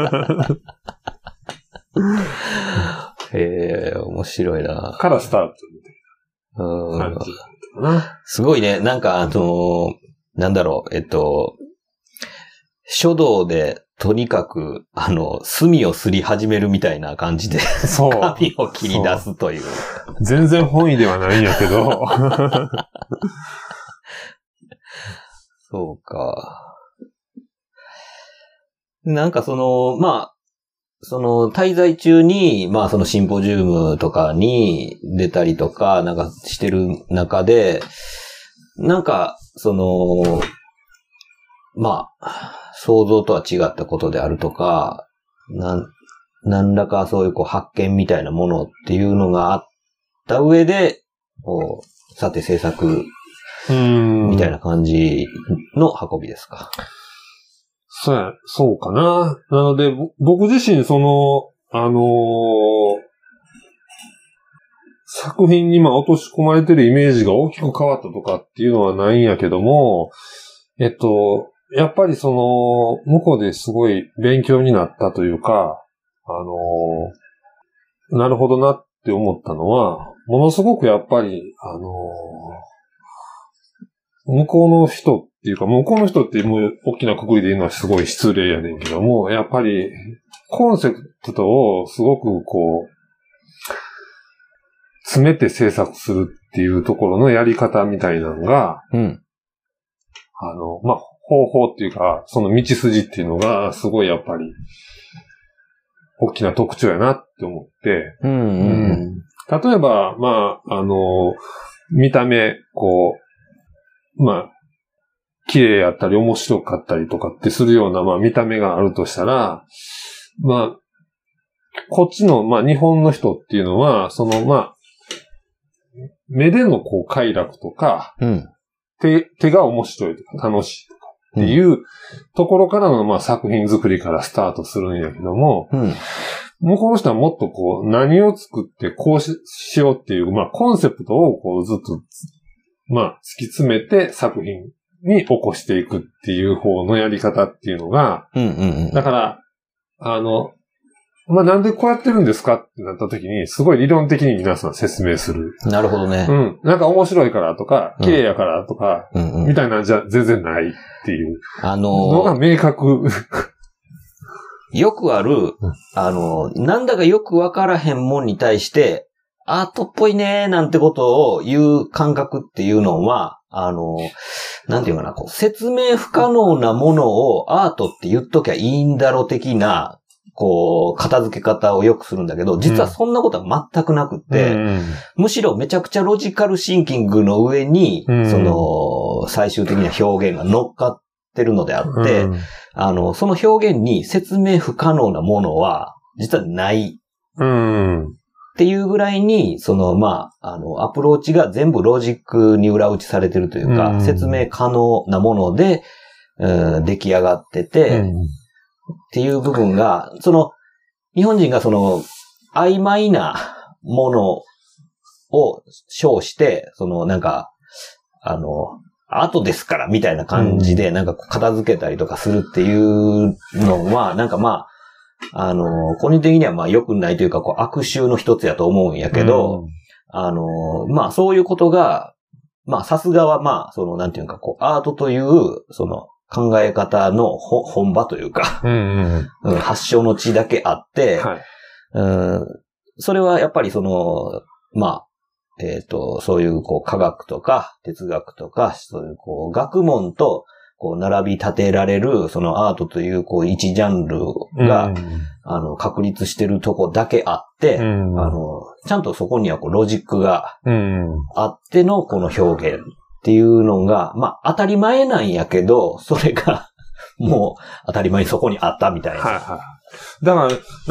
へえ、面白いな。 からスタートみたいな感じだったな。 すごいね。なんか、あの、なんだろう、えっと、書道で、とにかく、あの、墨をすり始めるみたいな感じで、そう。紙を切り出すという。 全然本意ではないんやけど。 そうか。なんかその、まあ、その滞在中に、まあそのシンポジウムとかに出たりとか、なんかしてる中で、なんか、その、まあ、想像とは違ったことであるとか、なん、何らかそういうこう発見みたいなものっていうのがあった上で、こう、さて制作、みたいな感じの運びですか。 そうや、そうかな。なので、僕自身その、あのー、作品にまあ落とし込まれてるイメージが大きく変わったとかっていうのはないんやけども、えっと、やっぱりその、向こうですごい勉強になったというか、あのー、なるほどなって思ったのは、ものすごくやっぱり、あのー、向こうの人っていうか、向こうの人ってもう大きな括りで言うのはすごい失礼やねんけども、やっぱりコンセプトをすごくこう、詰めて制作するっていうところのやり方みたいなのが、うん、あの、まあ、方法っていうか、その道筋っていうのがすごいやっぱり大きな特徴やなって思って、うんうんうん、例えば、まあ、あの、見た目、こう、まあ、綺麗やったり面白かったりとかってするような、まあ、見た目があるとしたら、まあ、こっちの、まあ、日本の人っていうのは、その、まあ、目でのこう快楽とか、うん、手、手が面白いとか楽しいとかっていうところからの、まあ、作品作りからスタートするんやけども、うん、向こうの人はもっとこう、何を作ってこう し, しようっていう、まあ、コンセプトをこうずっと、まあ、突き詰めて作品に起こしていくっていう方のやり方っていうのが、うんうんうん、だから、あの、 まあなんでこうやってるんですかってなった時に、すごい理論的に皆さん説明する。 なるほどね。 うん。なんか面白いからとか、綺麗やからとか、うんうん、みたいなんじゃ全然ないっていう。あのー、のが明確。 よくある、あのー、なんだかよくわからへんもんに対して、アートっぽいねーなんてことを言う感覚っていうのは、あのー、なんていうかな、こう、説明不可能なものをアートって言っときゃいいんだろ的な、こう、片付け方をよくするんだけど、実はそんなことは全くなくって、うん、むしろめちゃくちゃロジカルシンキングの上に、うん、その、最終的な表現が乗っかってるのであって、うん、あの、その表現に説明不可能なものは、実はない。うんっていうぐらいに、その、まあ、あの、アプローチが全部ロジックに裏打ちされてるというか、うん、説明可能なもので、うん、出来上がってて、うん、っていう部分が、その、日本人がその、曖昧なものを称して、その、なんか、あの、アートですから、みたいな感じで、なんか片付けたりとかするっていうのは、なんかまあ、あの、個人的にはまあ良くないというか、こう悪臭の一つやと思うんやけど、うん、あの、まあそういうことが、まあさすがはまあ、そのなんていうか、こうアートという、その考え方の本場というか、うんうん、発祥の地だけあって、はい、うん、それはやっぱりその、まあ、えっと、そういうこう科学とか哲学とか、そういうこう学問と、こう、並び立てられる、そのアートという、こう、一ジャンルが、うん、あの、確立してるとこだけあって、うん、あの、ちゃんとそこには、こう、ロジックがあっての、この表現っていうのが、まあ、当たり前なんやけど、それが、もう、当たり前にそこにあったみたいな。はいはい。 だから、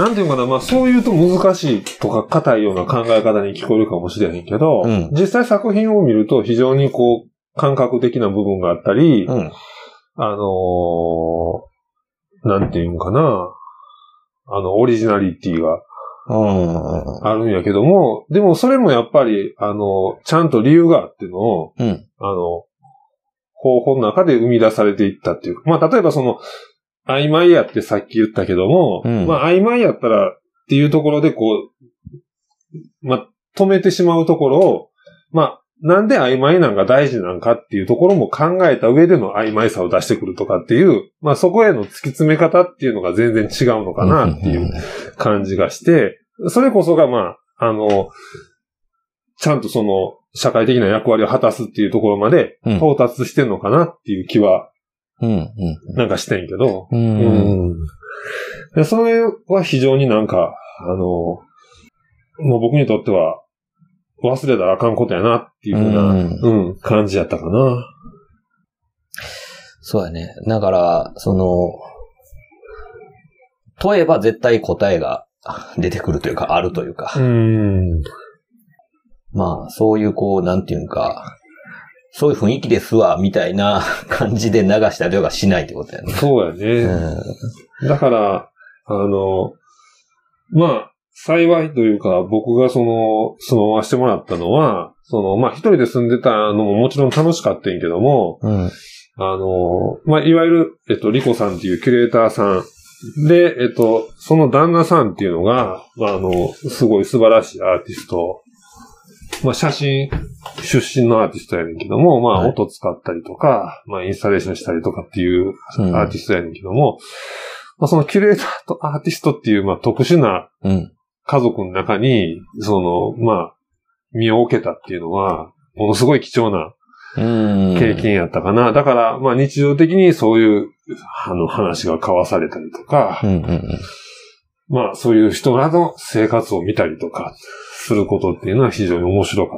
なんていうかな、まあ、そういうと難しいとか、硬いような考え方に聞こえるかもしれへんけど、うん、実際作品を見ると、非常にこう、感覚的な部分があったり、うんあのー、なんていうんかな。あの、オリジナリティがあるんやけども、でもそれもやっぱり、あの、ちゃんと理由があってのを、うん、あの、方法の中で生み出されていったっていうか、まあ、例えばその、曖昧やってさっき言ったけども、うん、まあ、曖昧やったらっていうところでこう、まあ、止めてしまうところを、まあ、なんで曖昧なんか大事なんかっていうところも考えた上での曖昧さを出してくるとかっていう、まあそこへの突き詰め方っていうのが全然違うのかなっていう感じがして、それこそがまあ、あの、ちゃんとその社会的な役割を果たすっていうところまで到達してんのかなっていう気は、なんかしてんけど、うんうん、それは非常になんか、あの、もう僕にとっては、忘れたらあかんことやなっていうふうな、うん、うん、感じやったかな。 そうやね。だから、その、問えば絶対答えが出てくるというか、あるというか。うん、まあ、そういうこう、なんていうか、そういう雰囲気ですわ、みたいな感じで流したりとかしないってことやね。 そうやね。うん、だから、あの、まあ、幸いというか、僕がその、住まわしてもらったのは、その、まあ、一人で住んでたのももちろん楽しかったんやけども、うん、あの、まあ、いわゆる、えっと、リコさんっていうキュレーターさんで、えっと、その旦那さんっていうのが、まあ、あの、すごい素晴らしいアーティスト、まあ、写真出身のアーティストやねんけども、まあ、音使ったりとか、はい、まあ、インスタレーションしたりとかっていうアーティストやねんけども、うん、まあ、そのキュレーターとアーティストっていう、まあ、特殊な、うん家族の中に、その、まあ、身を置けたっていうのは、ものすごい貴重な経験やったかな。だから、まあ日常的にそういう、あの話が交わされたりとか、うんうんうん、まあそういう人らの生活を見たりとか、することっていうのは非常に面白かった。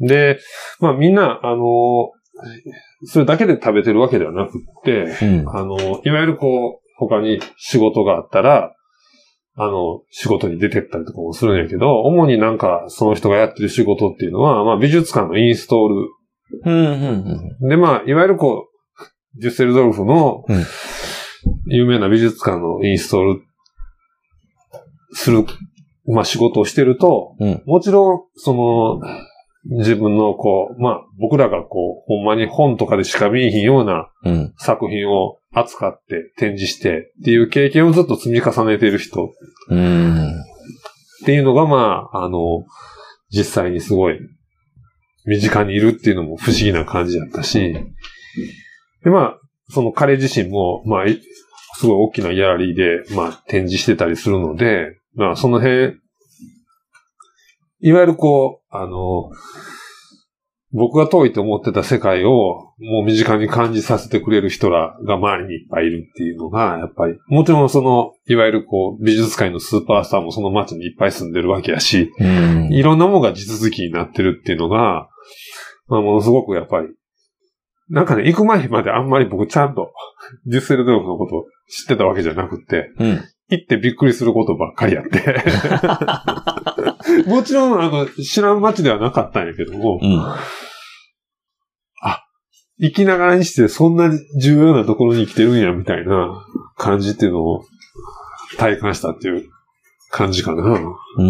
で、まあみんな、あの、それだけで食べてるわけではなくって、うん、あの、いわゆるこう、他に仕事があったら、あの、仕事に出てったりとかもするんやけど、主になんかその人がやってる仕事っていうのは、まあ美術館のインストール。うんうんうん、で、まあ、いわゆるこう、デュッセルドルフの有名な美術館のインストールする、まあ仕事をしてると、うん、もちろん、その、自分のこう、まあ僕らがこう、ほんまに本とかでしか見えひんような作品を扱って展示してっていう経験をずっと積み重ねている人っていうのが、まあ、あの、実際にすごい身近にいるっていうのも不思議な感じだったし、で、まあ、その彼自身も、まあ、すごい大きなギャラリーで、まあ、展示してたりするので、まあ、その辺、いわゆるこう、あの、僕が遠いと思ってた世界をもう身近に感じさせてくれる人らが周りにいっぱいいるっていうのが、やっぱり、もちろんその、いわゆるこう、美術界のスーパースターもその街にいっぱい住んでるわけやし、うん、いろんなものが地続きになってるっていうのが、まあ、ものすごくやっぱり、なんかね、行く前まであんまり僕ちゃんとデュッセルドルフのことを知ってたわけじゃなくて、うん、行ってびっくりすることばっかりやって。もちろん、あの、知らん街ではなかったんやけども、うん、あ、生きながらにしてそんな重要なところに来てるんや、みたいな感じっていうのを体感したっていう感じかな。うん。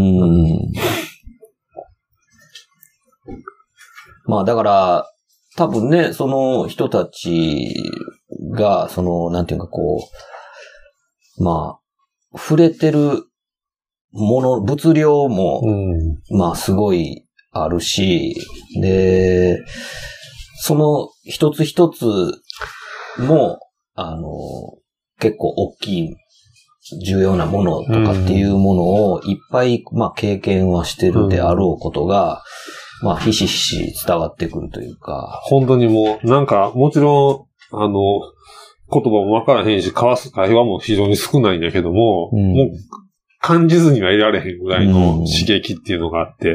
まあ、だから、多分ね、その人たちが、その、なんていうかこう、まあ、触れてるもの、物量も、うん、まあ、すごいあるし、で、その一つ一つも、あの、結構大きい、重要なものとかっていうものをいっぱい、まあ、経験はしてるであろうことが、うん、まあ、ひしひし伝わってくるというか。 本当にもう、なんか、もちろん、あの、言葉もわからへんし、交わす会話も非常に少ないんだけども、うん、もう、感じずにはいられへんぐらいの刺激っていうのがあって。うん、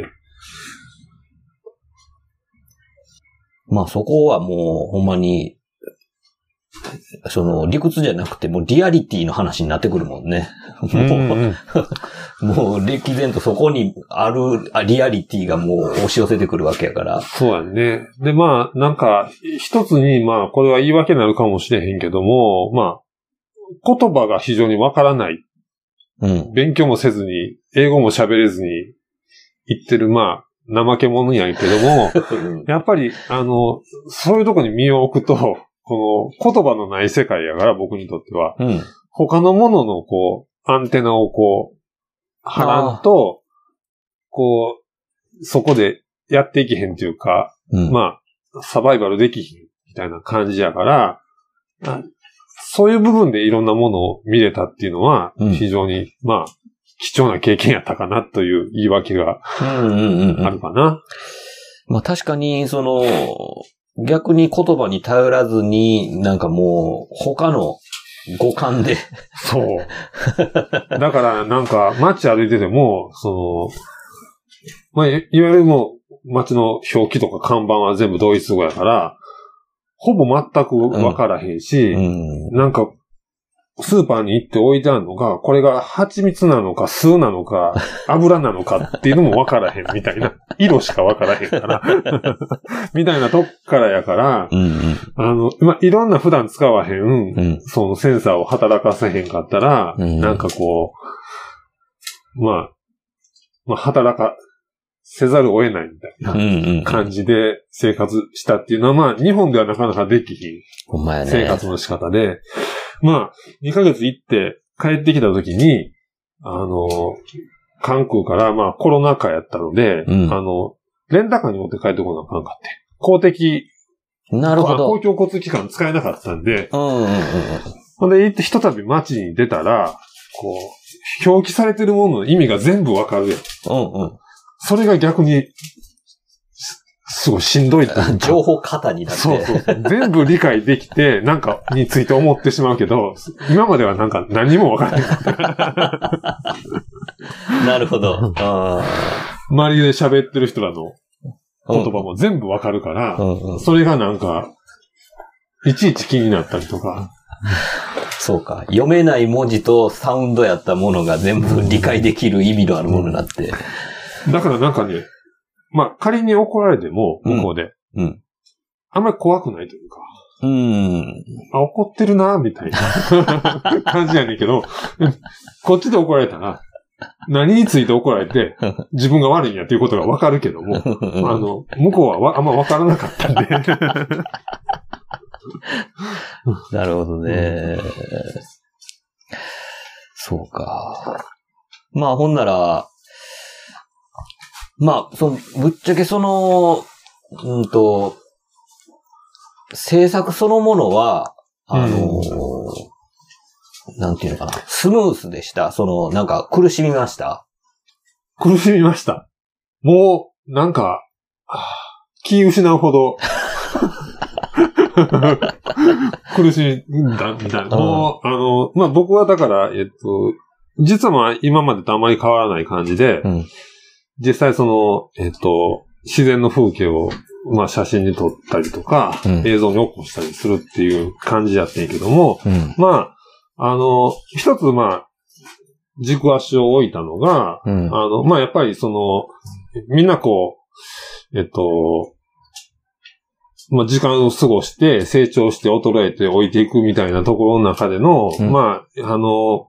まあ、そこはもう、ほんまに、その、理屈じゃなくて、もうリアリティの話になってくるもんね。もう、うんうん、もう、歴然とそこにあるリアリティがもう押し寄せてくるわけやから。 そうやね。で、まあ、なんか、一つに、まあ、これは言い訳になるかもしれへんけども、まあ、言葉が非常にわからない。うん。勉強もせずに、英語も喋れずに、言ってる、まあ、怠け者やけども、やっぱり、あの、そういうとこに身を置くと、この言葉のない世界やから僕にとっては、うん、他のもののこう、アンテナをこう、張らんと、こう、そこでやっていけへんというか、うん、まあ、サバイバルできひんみたいな感じやから、そういう部分でいろんなものを見れたっていうのは、非常に、うん、まあ、貴重な経験やったかなという言い訳があるかな。 まあ確かに、その、逆に言葉に頼らずに、なんかもう、他の五感で。 そう。だからなんか、街歩いてても、その、まあ、いわゆるもう、街の表記とか看板は全部同一語やから、ほぼ全くわからへんし、うんうん、なんか、スーパーに行って置いてあるのが、これが蜂蜜なのか酢なのか油なのかっていうのも分からへんみたいな。色しか分からへんから。みたいなとこからやから、うんうん、あの、まあ、いろんな普段使わへん、うん、そのセンサーを働かせへんかったら、うん、なんかこう、まあ、まあ、働かせざるを得ないみたいな感じで生活したっていうのは、まあ、日本ではなかなかできひん生活の仕方で、まあ、にかげつ行って帰ってきたときに、あの、関空から、まあコロナ禍やったので、うん、あの、レンタカーに持って帰ってこなあかんかって。公的、 なるほど。 公共交通機関使えなかったんで、うんうんうん、ほんで行ってひとたび街に出たら、こう、表記されてるものの意味が全部わかるやん。うんうん。それが逆に、すごいしんどいっていうか。 情報過多になって。 そうそう。全部理解できて、なんか、について思ってしまうけど、今まではなんか何もわからない。 なるほど。あ周りで喋ってる人らの言葉も全部わかるから、うんうんうん、それがなんか、いちいち気になったりとか。 そうか。読めない文字とサウンドやったものが全部理解できる意味のあるものになって。 だからなんかね、まあ、仮に怒られても、向こうで。うん。うん、あんまり怖くないというか。うん。あ、怒ってるな、みたいな感じやねんけど、こっちで怒られたら、何について怒られて、自分が悪いんやっていうことがわかるけども、あの、向こうはわあんまわからなかったんで。 なるほどね。そうか。まあ、ほんなら、まあ、その、ぶっちゃけその、うんと、制作そのものは、あの、うん、なんていうのかな、スムースでした。その、なんか苦しみました？ 苦しみました。もう、なんか、気失うほど、苦しみだ、みたいな。もう、あの、まあ、僕はだから、えっと、実はまあ、今までとあまり変わらない感じで、うん、実際その、えっと、自然の風景を、まあ、写真に撮ったりとか、うん、映像に起こしたりするっていう感じやってんけども、うん、まあ、あの、一つまあ、軸足を置いたのが、うん、あの、まあ、やっぱりその、みんなこう、えっと、まあ、時間を過ごして成長して衰えて置いていくみたいなところの中での、うん、まあ、あの、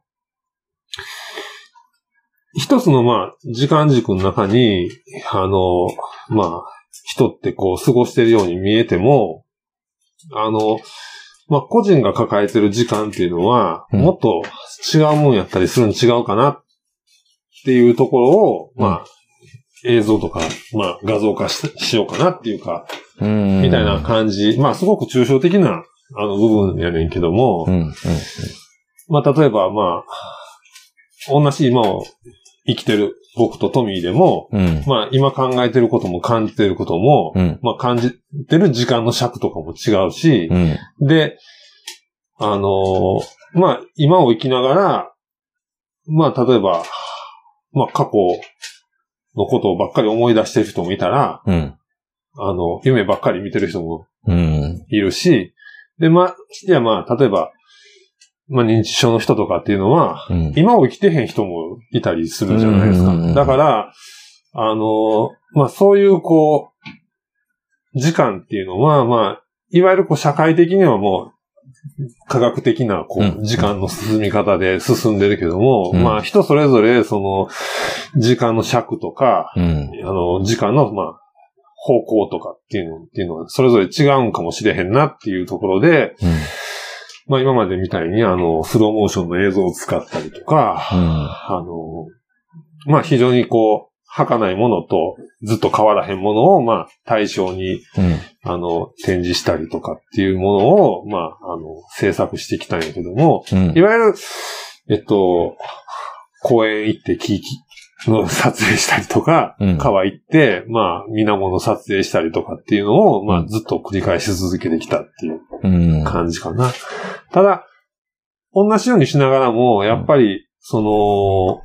一つのまあ、時間軸の中に、あの、まあ、人ってこう過ごしてるように見えても、あの、まあ、個人が抱えてる時間っていうのは、もっと違うもんやったりするの違うかなっていうところを、うん、まあ、映像とか、まあ、画像化 し, しようかなっていうか、うんみたいな感じ。まあ、すごく抽象的な、あの、部分やねんけども、うんうんうん、まあ、例えば、まあ、同じ今を生きてる僕とトミーでも、うん、まあ、今考えてることも感じてることも、うん、まあ、感じてる時間の尺とかも違うし、うん、で、あのー、まあ、今を生きながら、まあ、例えば、まあ、過去のことをばっかり思い出してる人もいたら、うん、あの、夢ばっかり見てる人もいるし、うん、で、まあ、いやまあ、例えば、まあ、認知症の人とかっていうのは、うん、今を生きてへん人もいたりするじゃないですか。だから、あの、まあ、そういう、こう、時間っていうのは、まあ、いわゆるこう、社会的にはもう、科学的な、こう、時間の進み方で進んでるけども、うん、まあ、人それぞれ、その、時間の尺とか、うん、あの、時間の、まあ、方向とかっていうの、っていうのは、それぞれ違うんかもしれへんなっていうところで、うん、まあ今までみたいにあの、スローモーションの映像を使ったりとか、うん、あの、まあ非常にこう、儚いものとずっと変わらへんものをまあ対象に、うん、あの、展示したりとかっていうものを、まあ、あの、制作してきたんやけども、うん、いわゆる、えっと、公園行って木の撮影したりとか、うん、川行って、まあ、水面の撮影したりとかっていうのを、まあ、ずっと繰り返し続けてきたっていう感じかな。うん、ただ、同じようにしながらも、やっぱり、その、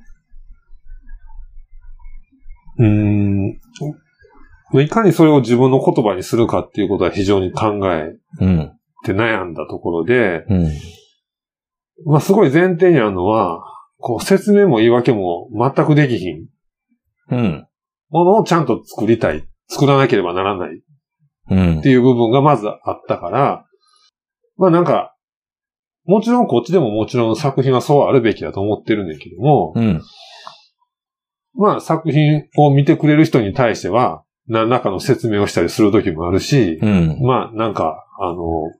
うーん、いかにそれを自分の言葉にするかっていうことは非常に考えて悩んだところで、うん、まあ、すごい前提にあるのは、こう、説明も言い訳も全くできひん。うん。ものをちゃんと作りたい。作らなければならない。うん。っていう部分がまずあったから、まあなんか、もちろんこっちでももちろん作品はそうあるべきだと思ってるんだけども、うん。まあ作品を見てくれる人に対しては、何らかの説明をしたりする時もあるし、うん。まあなんか、あの、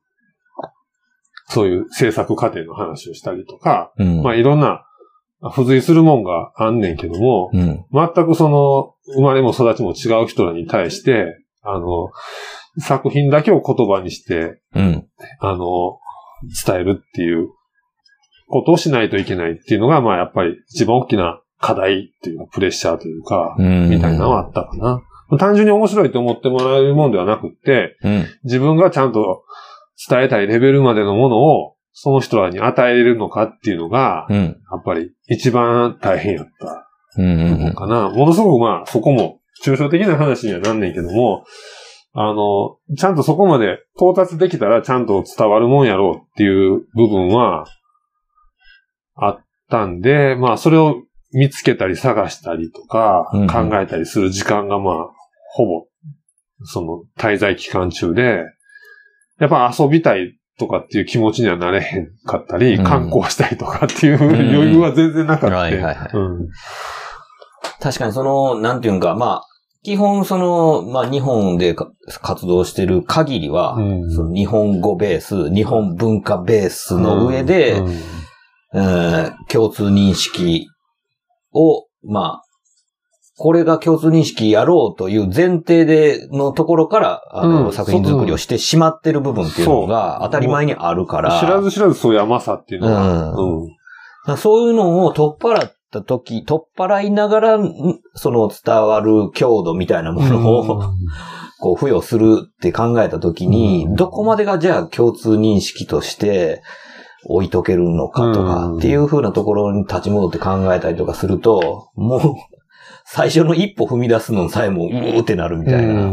そういう制作過程の話をしたりとか、うん。まあいろんな、付随するもんがあんねんけども、うん、全くその、生まれも育ちも違う人らに対して、あの、作品だけを言葉にして、うん、あの、伝えるっていうことをしないといけないっていうのが、まあやっぱり一番大きな課題っていうか、プレッシャーというか、うん、みたいなのはあったかな。単純に面白いと思ってもらえるもんではなくって、うん、自分がちゃんと伝えたいレベルまでのものを、その人らに与えれるのかっていうのが、うん、やっぱり一番大変やった部分かな。うんうんうん、ものすごくまあ、そこも抽象的な話にはなんねんけども、あの、ちゃんとそこまで到達できたらちゃんと伝わるもんやろうっていう部分はあったんで、まあ、それを見つけたり探したりとか、考えたりする時間がまあ、ほぼ、その滞在期間中で、やっぱ遊びたいとかっていう気持ちにはなれへんかったり、うん、観光したいとかっていう余裕は全然なかった。確かにその、なんていうんか、まあ、 基本その、まあ、日本で活動してる限りは、うん、その日本語ベース、日本文化ベースの上で、うんうんえー、共通認識を、まあ、これが共通認識やろうという前提でのところから、あの、うん、作品作りをしてしまってる部分っていうのが当たり前にあるから。 知らず知らずそういう甘さっていうのが。 うんうん、そういうのを取っ払ったとき、取っ払いながら、その伝わる強度みたいなものを、うん、こう付与するって考えたときに、うん、どこまでがじゃあ共通認識として置いとけるのかとかっていう風なところに立ち戻って考えたりとかすると、もう、最初の一歩踏み出すのさえも、うーってなるみたいな。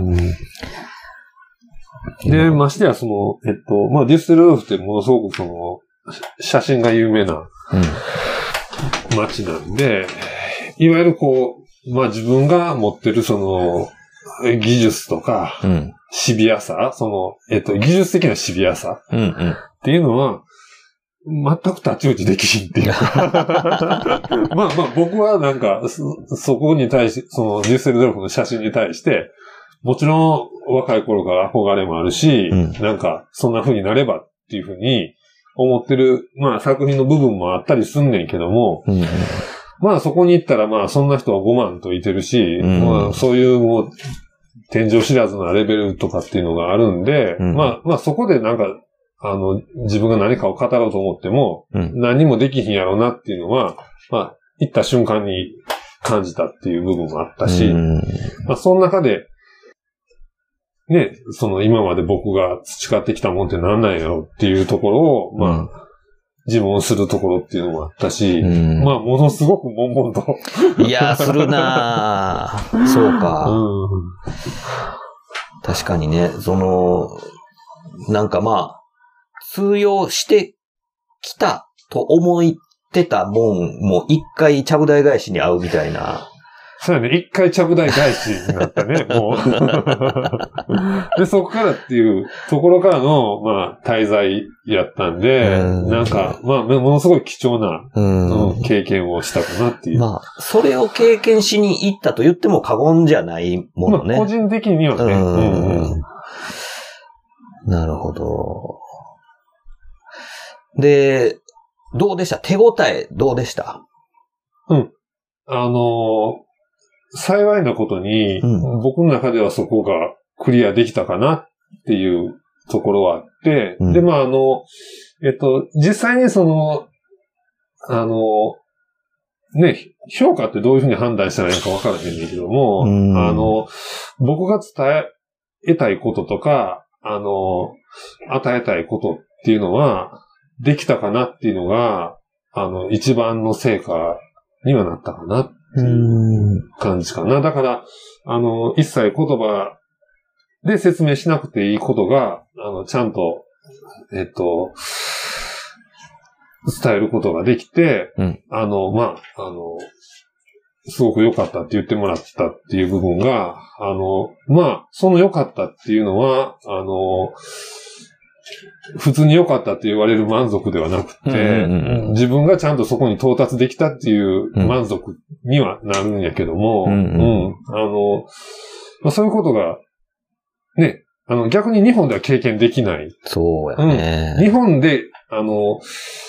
で、ましてや、その、えっと、まあ、デュッセルドルフってものすごくその、写真が有名な街なんで、うん、いわゆるこう、まあ自分が持ってるその、技術とか、うん、シビアさ、その、えっと、技術的なシビアさっていうのは、全く太刀打ちできひんっていうか。まあまあ僕はなんかそ、そこに対して、そのデュッセルドルフの写真に対して、もちろん若い頃から憧れもあるし、うん、なんかそんな風になればっていう風に思ってる、まあ作品の部分もあったりすんねんけども、うん、まあそこに行ったらまあそんな人はごまんといてるし、うん、まあそういうもう天井知らずなレベルとかっていうのがあるんで、うん、まあまあそこでなんか、あの、自分が何かを語ろうと思っても、うん、何もできひんやろうなっていうのは、まあ、行った瞬間に感じたっていう部分もあったし、まあ、その中で、ね、その今まで僕が培ってきたもんって何なんやろっていうところを、まあ、うん、自問するところっていうのもあったし、まあ、ものすごく悶々と。 いやー、するなー。そうか、うん。確かにね、その、なんかまあ、通用してきたと思ってたもんも一回ちゃぶ台返しに遭うみたいな。 そうやね。一回ちゃぶ台返しになったね、もう。で、そこからっていうところからの、まあ、滞在やったんで、んなんか、まあ、ものすごい貴重な、うん、経験をしたかなっていう。 まあ、それを経験しに行ったと言っても過言じゃないものね。 まあ、個人的にはね。うんうんうん、 なるほど。で、どうでした？手応えどうでした？ うん。あのー、幸いなことに、うん、僕の中ではそこがクリアできたかなっていうところはあって、うん、で、まあ、あの、えっと、実際にその、あの、ね、評価ってどういうふうに判断したらいいのか分からへんねんけども、うん、あの、僕が伝えたいこととか、あの、与えたいことっていうのは、できたかなっていうのが、あの、一番の成果にはなったかなっていう感じかな。だから、あの、一切言葉で説明しなくていいことが、あの、ちゃんと、えっと、伝えることができて、うん、あの、まあ、あの、すごく良かったって言ってもらったっていう部分が、あの、まあ、その良かったっていうのは、あの、普通に良かったって言われる満足ではなくて、うんうんうん、自分がちゃんとそこに到達できたっていう満足にはなるんやけども、うんうんうん、あの、まあ、そういうことが、ね、あの、逆に日本では経験できない。 そうやね。 うん、日本で、あの、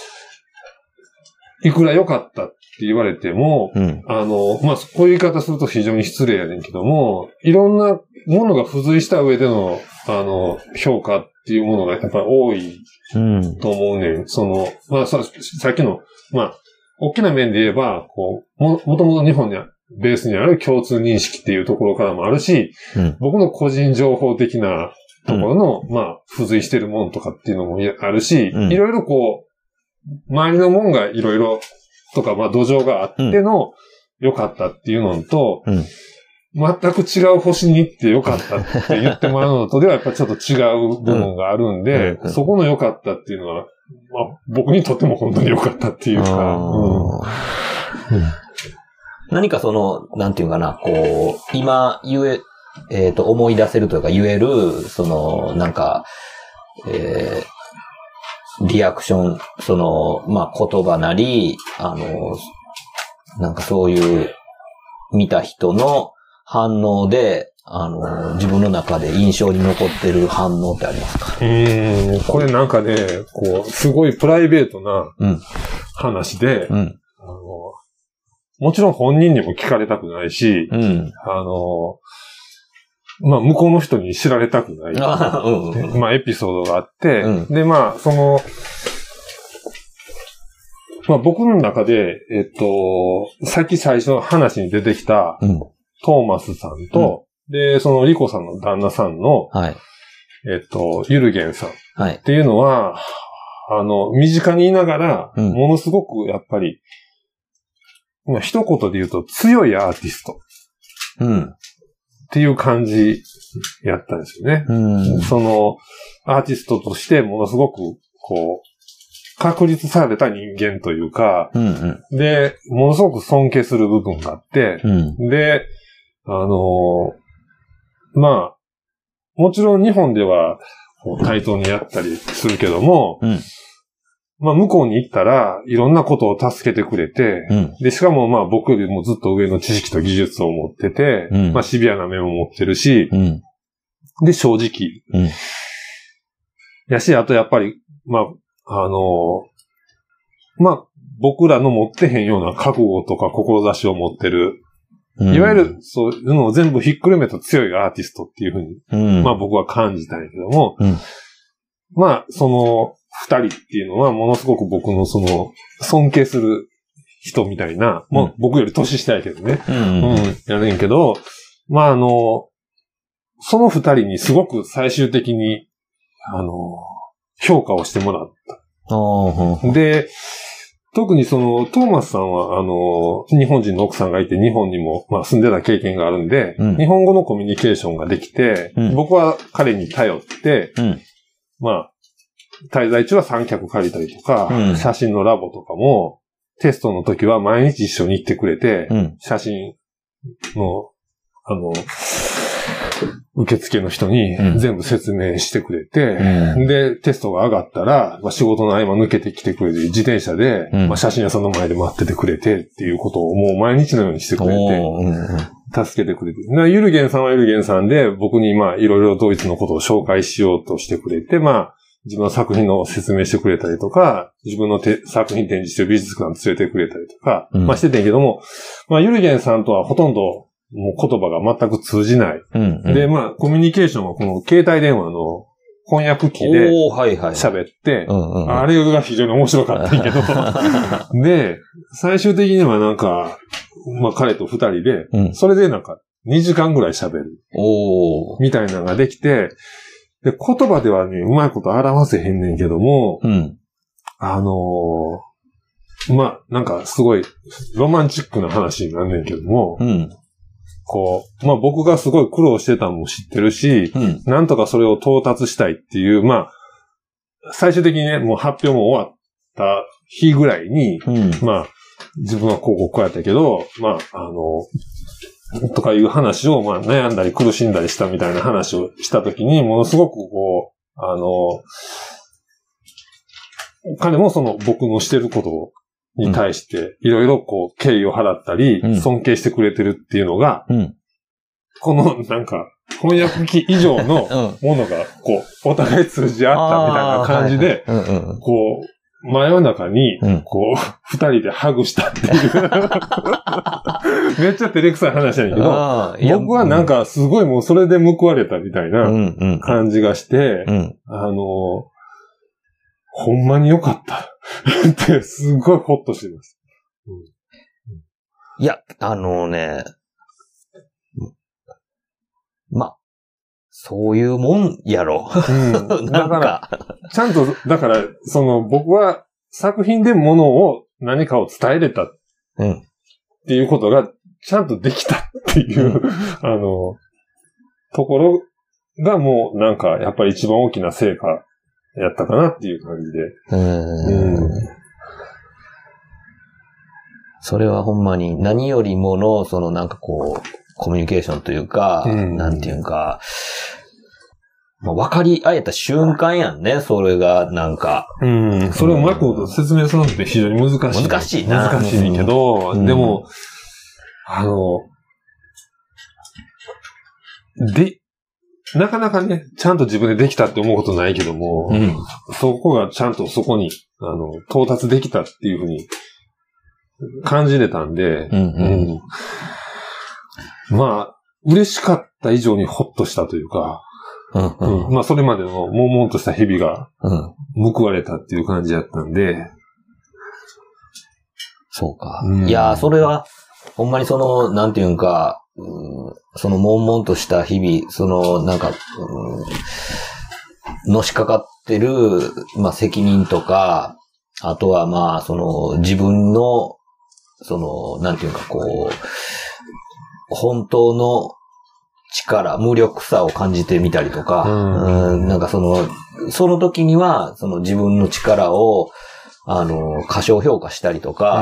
いくら良かったって言われても、うん、あの、まあ、こういう言い方すると非常に失礼やねんけども、いろんなものが付随した上での、あの、評価っていうものがやっぱり多いと思うねん。うん、その、まあさ、さっきの、まあ、大きな面で言えば、こう、も、もともと日本にベースにある共通認識っていうところからもあるし、うん、僕の個人情報的なところの、うん、まあ、付随してるものとかっていうのもあるし、うん、いろいろこう、周りのもんがいろいろとか、まあ土壌があっての良かったっていうのと、うん、全く違う星に行って良かったって言ってもらうのとではやっぱりちょっと違う部分があるんで、うん、そこの良かったっていうのは、まあ僕にとっても本当に良かったっていうか、うん、 何かその、なんていうかな、こう、今言え、えっと、思い出せるというか言える、その、なんか、えーリアクション、その、まあ、言葉なり、あの、なんかそういう、見た人の反応で、あの、自分の中で印象に残ってる反応ってありますか？ うーん、これなんかね、こう、すごいプライベートな話で、うんうん、あの、もちろん本人にも聞かれたくないし、うん、あの、まあ、向こうの人に知られたくない。あうんうん、まあ、エピソードがあって、うん、で、まあ、その、まあ、僕の中で、えっと、さっき最初の話に出てきた、うん、トーマスさんと、うん、で、そのリコさんの旦那さんの、はい、えっと、ユルゲンさんっていうのは、はい、あの、身近にいながら、うん、ものすごくやっぱり、まあ、一言で言うと強いアーティスト。うん。っていう感じやったんですよね。うん。その、アーティストとしてものすごく、こう、確立された人間というか、うんうん、で、ものすごく尊敬する部分があって、うん、で、あのー、まあ、もちろん日本ではこう対等にやったりするけども、うん、まあ向こうに行ったらいろんなことを助けてくれて、うん、で、しかもまあ僕よりもずっと上の知識と技術を持ってて、うん、まあシビアな面を持ってるし、うん、で、正直、うん、やし、あとやっぱり、まあ、あの、まあ、僕らの持ってへんような覚悟とか志を持ってる、うん、いわゆるそういうのを全部ひっくるめた強いアーティストっていうふうに、うん、まあ僕は感じたんやけども、うん、まあ、その二人っていうのはものすごく僕のその尊敬する人みたいな、うん、もう僕より年下やけどね、うん、うん、やねんけど、まああの、その二人にすごく最終的に、あの、評価をしてもらった。で、特にその、トーマスさんは、あの、日本人の奥さんがいて、日本にも、まあ、住んでた経験があるんで、うん、日本語のコミュニケーションができて、うん、僕は彼に頼って、うん、まあ、滞在中は三脚借りたりとか、うん、写真のラボとかも、テストの時は毎日一緒に行ってくれて、うん、写真の、あの、受付の人に全部説明してくれて、うん、で、テストが上がったら、まあ、仕事の合間抜けてきてくれて、自転車で、うんまあ、写真屋さんの前で待っててくれてっていうことをもう毎日のようにしてくれて、うん、助けてくれて。ユルゲンさんはユルゲンさんで、僕にまあいろいろドイツのことを紹介しようとしてくれて、まあ、自分の作品の説明してくれたりとか、自分のて作品展示してる美術館連れてくれたりとか、うん、まあしててんけども、まあユルゲンさんとはほとんどもう言葉が全く通じない。うんうん、で、まあ、コミュニケーションはこの携帯電話の翻訳機で喋って、あれが非常に面白かったんやけど、で、最終的にはなんか、まあ彼と二人で、うん、それでなんかにじかんぐらい喋る。みたいなのができて、で、言葉ではね、うまいこと表せへんねんけども、うん、あのー、まあ、なんかすごいロマンチックな話になんねんけども、うんこう、まあ僕がすごい苦労してたのも知ってるし、うん、なんとかそれを到達したいっていう、まあ、最終的にね、もう発表も終わった日ぐらいに、うん、まあ、自分はこうこうこうやったけど、まあ、あの、とかいう話を、まあ悩んだり苦しんだりしたみたいな話をしたときに、ものすごくこう、あの、彼もその僕のしてることを、に対して、いろいろこう、敬意を払ったり、うん、尊敬してくれてるっていうのが、うん、このなんか、翻訳機以上のものが、こう、お互い通じ合ったみたいな感じで、こう、真夜中に、こう、二人でハグしたっていう。めっちゃ照れくさい話なんだけど、僕はなんかすごいもうそれで報われたみたいな感じがして、あの、ほんまによかった。ってすごいホッとしてます。うん、 いや、あのね、ま、そういうもんやろ。うん、 だから、ちゃんと、だから、その僕は作品でものを何かを伝えれたっていうことがちゃんとできたっていう、うん、あの、ところがもうなんかやっぱり一番大きな成果やったかなっていう感じで。うんうんそれはほんまに何よりもの、そのなんかこう、コミュニケーションというか、うん、なんていうか、まあ、分かり合えた瞬間やんね、それがなんか。 うん。それをうまく説明するのって非常に難しい。 難しいな。 難しいけど、うん、でも、あの、 で、なかなかね、ちゃんと自分でできたって思うことないけども、うん、そこがちゃんとそこに、あの、到達できたっていうふうに感じれたんで、うんうんうん、まあ、嬉しかった以上にホッとしたというか、うんうんうん、まあ、それまでの悶々とした日々が報われたっていう感じだったんで、 そうか。うん、いやー、それは、ほんまにその、なんていうんか、うん、その悶々とした日々、その、なんか、うん、のしかかってる、まあ、責任とか、あとはまあ、その、自分の、その、なんていうかこう、本当の力、無力さを感じてみたりとか、うん、なんかその、その時には、その自分の力を、あの、過小評価したりとか、うん、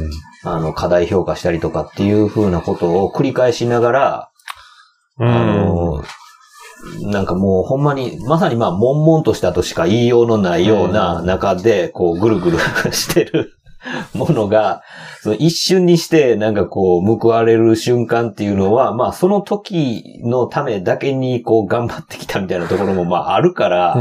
あの、過大評価したりとかっていう風なことを繰り返しながら、うん、あの、なんかもうほんまに、まさにまあ、悶々としたとしか言いようのないような中で、こう、ぐるぐるしてるものが、その一瞬にしてなんかこう、報われる瞬間っていうのは、まあ、その時のためだけにこう、頑張ってきたみたいなところもまあ、あるから、うん。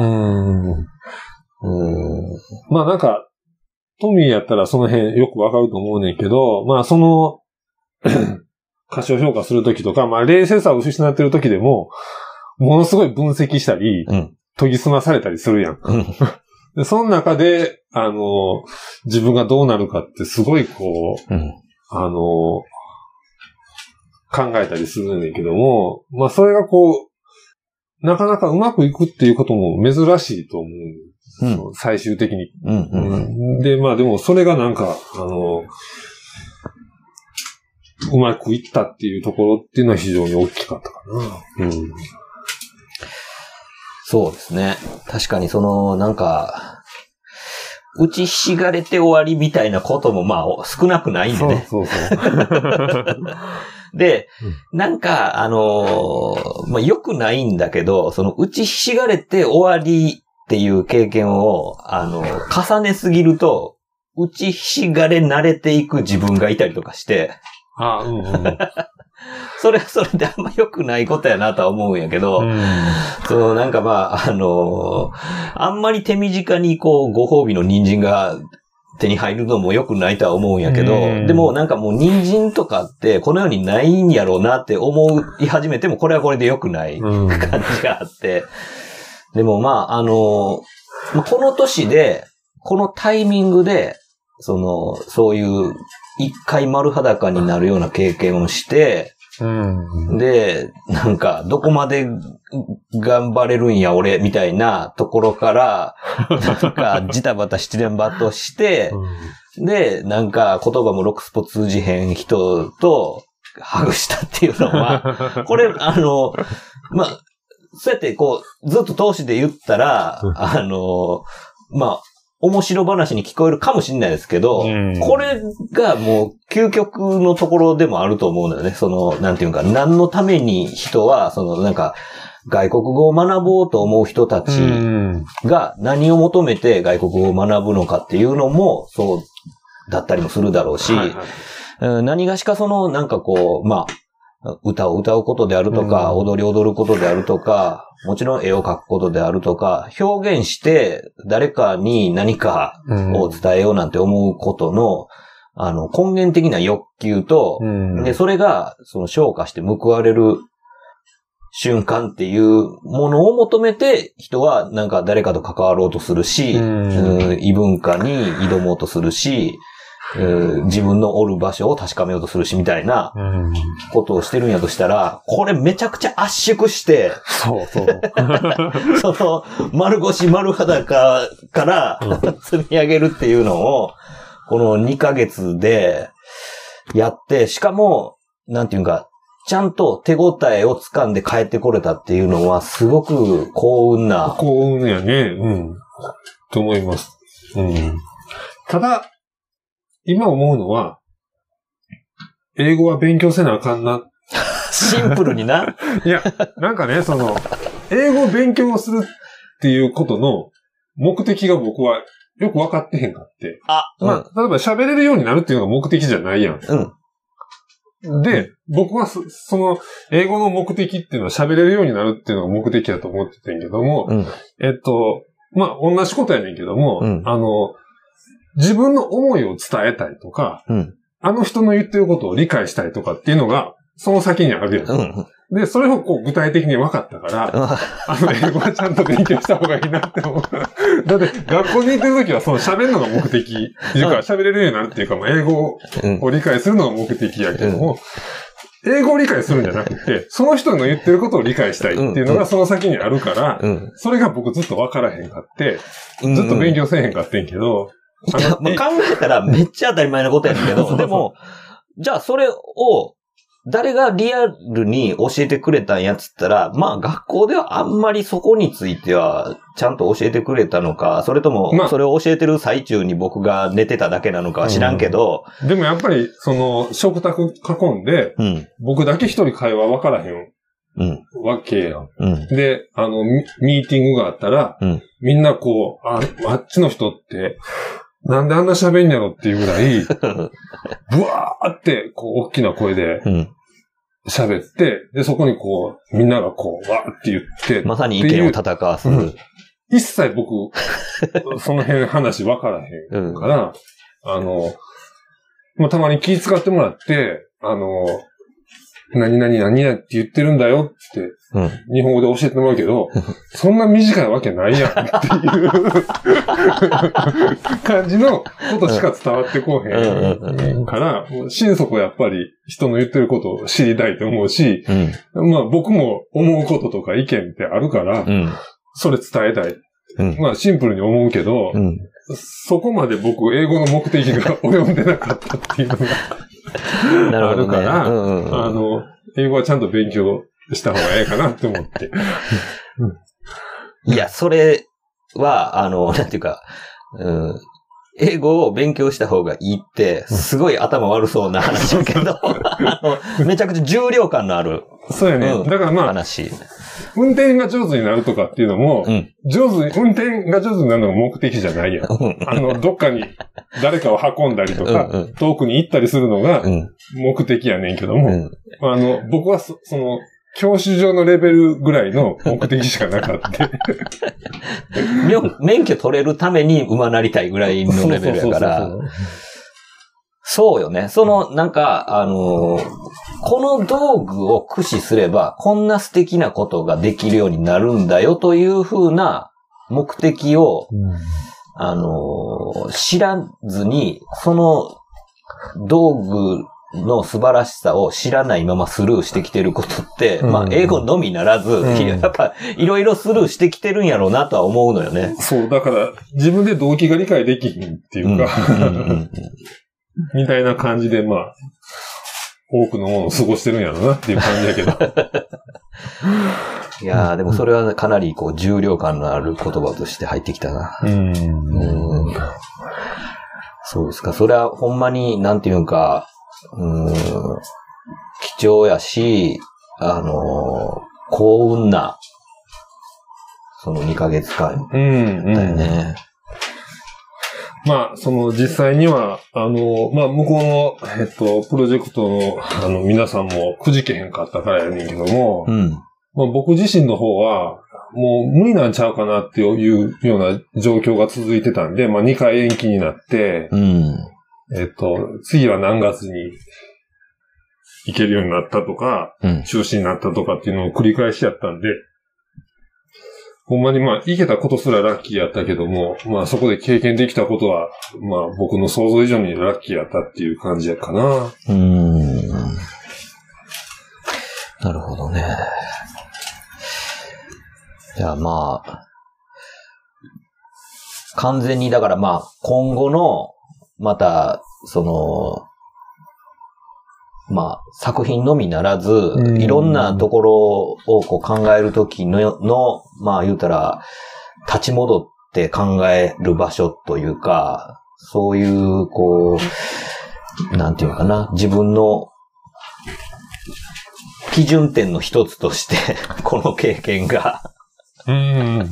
うん。 まあなんか、トミーやったらその辺よくわかると思うねんけど、まあその、過小評価するときとか、まあ冷静さを失ってるときでも、ものすごい分析したり、うん、研ぎ澄まされたりするやん。うん、でその中で、あの、自分がどうなるかってすごいこう、うん、あの、考えたりするんだけども、まあそれがこう、なかなかうまくいくっていうことも珍しいと思う。うん、最終的に、うんうんうん。で、まあでもそれがなんか、あの、うまくいったっていうところっていうのは非常に大きかったかな。うん、 そうですね。確かにその、なんか、打ちひしがれて終わりみたいなこともまあ少なくないんでね。そうそうそう。で、うん、なんか、あのー、まあ良くないんだけど、その打ちひしがれて終わり、っていう経験を、あの、重ねすぎると、打ちひしがれ慣れていく自分がいたりとかして、ああ、うんうん、それはそれであんま良くないことやなとは思うんやけど、うん、そのなんかまあ、あの、あんまり手短にこう、ご褒美の人参が手に入るのも良くないとは思うんやけど、うん、でもなんかもう人参とかってこの世にないんやろうなって思い始めても、これはこれで良くない感じがあって、うんでもまあ、あの、この年で、このタイミングで、その、そういう一回丸裸になるような経験をして、うん、で、なんか、どこまで頑張れるんや俺、みたいなところから、なんか、ジタバタ七連バとして、うん、で、なんか、言葉もろくスポ通じへん人と、ハグしたっていうのは、これ、あの、まあ、そうやってこう、ずっと通しで言ったら、うん、あの、まあ、面白話に聞こえるかもしれないですけど、うん、これがもう究極のところでもあると思うのよね。その、なんていうか、何のために人は、その、なんか、外国語を学ぼうと思う人たちが何を求めて外国語を学ぶのかっていうのもそうだったりもするだろうし、はいはい、何がしかその、なんかこう、まあ、歌を歌うことであるとか、うん、踊り踊ることであるとか、もちろん絵を描くことであるとか、表現して誰かに何かを伝えようなんて思うことの、うん、あの、根源的な欲求と、うん、で、それが、その昇華して報われる瞬間っていうものを求めて、人はなんか誰かと関わろうとするし、うん、異文化に挑もうとするし、自分のおる場所を確かめようとするしみたいなことをしてるんやとしたら、これめちゃくちゃ圧縮して、そうそう。その丸腰丸裸から積み上げるっていうのを、このにかげつでやって、しかも、なんていうか、ちゃんと手応えを掴んで帰ってこれたっていうのは、すごく幸運な。 幸運やね。うん。と思います。うん。ただ、今思うのは、英語は勉強せなあかんな。 シンプルにな。 いや、なんかね、その、英語を勉強するっていうことの目的が僕はよく分かってへんかって。あ、うん、まあ、例えば喋れるようになるっていうのが目的じゃないやん。うん。 で、僕はそ、その、英語の目的っていうのは喋れるようになるっていうのが目的だと思ってたんやけども、うん、えっと、まあ、同じことやねんけども、うん、あの、自分の思いを伝えたいとか、うん、あの人の言ってることを理解したいとかっていうのが、その先にあるよね。うん、で、それをこう具体的に分かったから、あの、英語はちゃんと勉強した方がいいなって思う。だって、学校に行ってるときはその喋るのが目的。っていうか、喋れるようになるっていうか、まあ、英語を理解するのが目的やけども、うん、英語を理解するんじゃなくて、その人の言ってることを理解したいっていうのがその先にあるから、うん、それが僕ずっと分からへんかって、ずっと勉強せえへんかってんけど、 あのまあ、考えたらめっちゃ当たり前なことやねんけど、でも、じゃあそれを、誰がリアルに教えてくれたんやつったら、まあ学校ではあんまりそこについてはちゃんと教えてくれたのか、それともそれを教えてる最中に僕が寝てただけなのかは知らんけど。 うん、でもやっぱりその食卓囲んで、うん、僕だけ一人会話分からへん、うん、わけやん、うん。で、あのミ、ミーティングがあったら、うん、みんなこう、あ、あっちの人って、なんであんな喋んやろっていうぐらい、ブワーって、こう、大きな声で、喋って、で、そこにこう、みんながこう、わーって言って、 まさに意見を戦わす。うん、 一切僕、その辺話分からへんから、うん、あの、まあ、たまに気遣ってもらって、あの、何々何々って言ってるんだよって、うん、日本語で教えてもらうけど、そんな短いわけないやんっていう感じのことしか伝わってこうへんから、心底やっぱり人の言ってることを知りたいと思うし、うん、まあ僕も思うこととか意見ってあるから、うん、それ伝えたい。うん、まあシンプルに思うけど、うん、そこまで僕英語の目的が及んでなかったっていうのがあるから、うんうん、あの、英語はちゃんと勉強した方がええかなって思って。 いや、それは、あの、なんていうか、うん、英語を勉強した方がいいって、すごい頭悪そうな話だけど、あのめちゃくちゃ重量感のある。 そうやね。うん、だからまあ、 話。 運転が上手になるとかっていうのも、うん、上手に、運転が上手になるのが目的じゃないやん。あの、どっかに誰かを運んだりとか、うんうん、遠くに行ったりするのが目的やねんけども、うん、あの、僕はそ、その、教習所のレベルぐらいの目的しかなかった。 免許取れるために馬なりたいぐらいのレベルやから。そうよね。その、なんか、あのー、この道具を駆使すれば、こんな素敵なことができるようになるんだよという風な目的を、うん、あのー、知らずに、その道具の素晴らしさを知らないままスルーしてきてることって、うん、まあ、英語のみならず、うん、やっぱ、いろいろスルーしてきてるんやろうなとは思うのよね。 そう、だから、自分で動機が理解できひんっていうか、うんうんうんうんみたいな感じで、まあ、多くのものを過ごしてるんやろうなっていう感じだけど。 いやー、でもそれはかなりこう重量感のある言葉として入ってきたな。うん。うんそうですか。それはほんまに、なんていうか、うん、貴重やし、あの、幸運な、そのにかげつかんだよね。うんうんまあ、その実際には、あの、まあ、向こうの、えっと、プロジェクトの、あの、皆さんもくじけへんかったからやねんけども、うん、まあ、僕自身の方は、もう無理なんちゃうかなっていうような状況が続いてたんで、まあ、にかい延期になって、うん、えっと、次は何月に行けるようになったとか、うん、中止になったとかっていうのを繰り返しやったんで、ほんまにまあ、行けたことすらラッキーやったけども、まあそこで経験できたことは、まあ僕の想像以上にラッキーやったっていう感じやかな。うーん。 なるほどね。じゃあまあ、完全にだからまあ、今後の、また、その、まあ、作品のみならず、いろんなところをこう考えるときの、の、まあ言うたら、立ち戻って考える場所というか、そういう、こう、なんていうのかな、自分の基準点の一つとして、この経験が。 うん。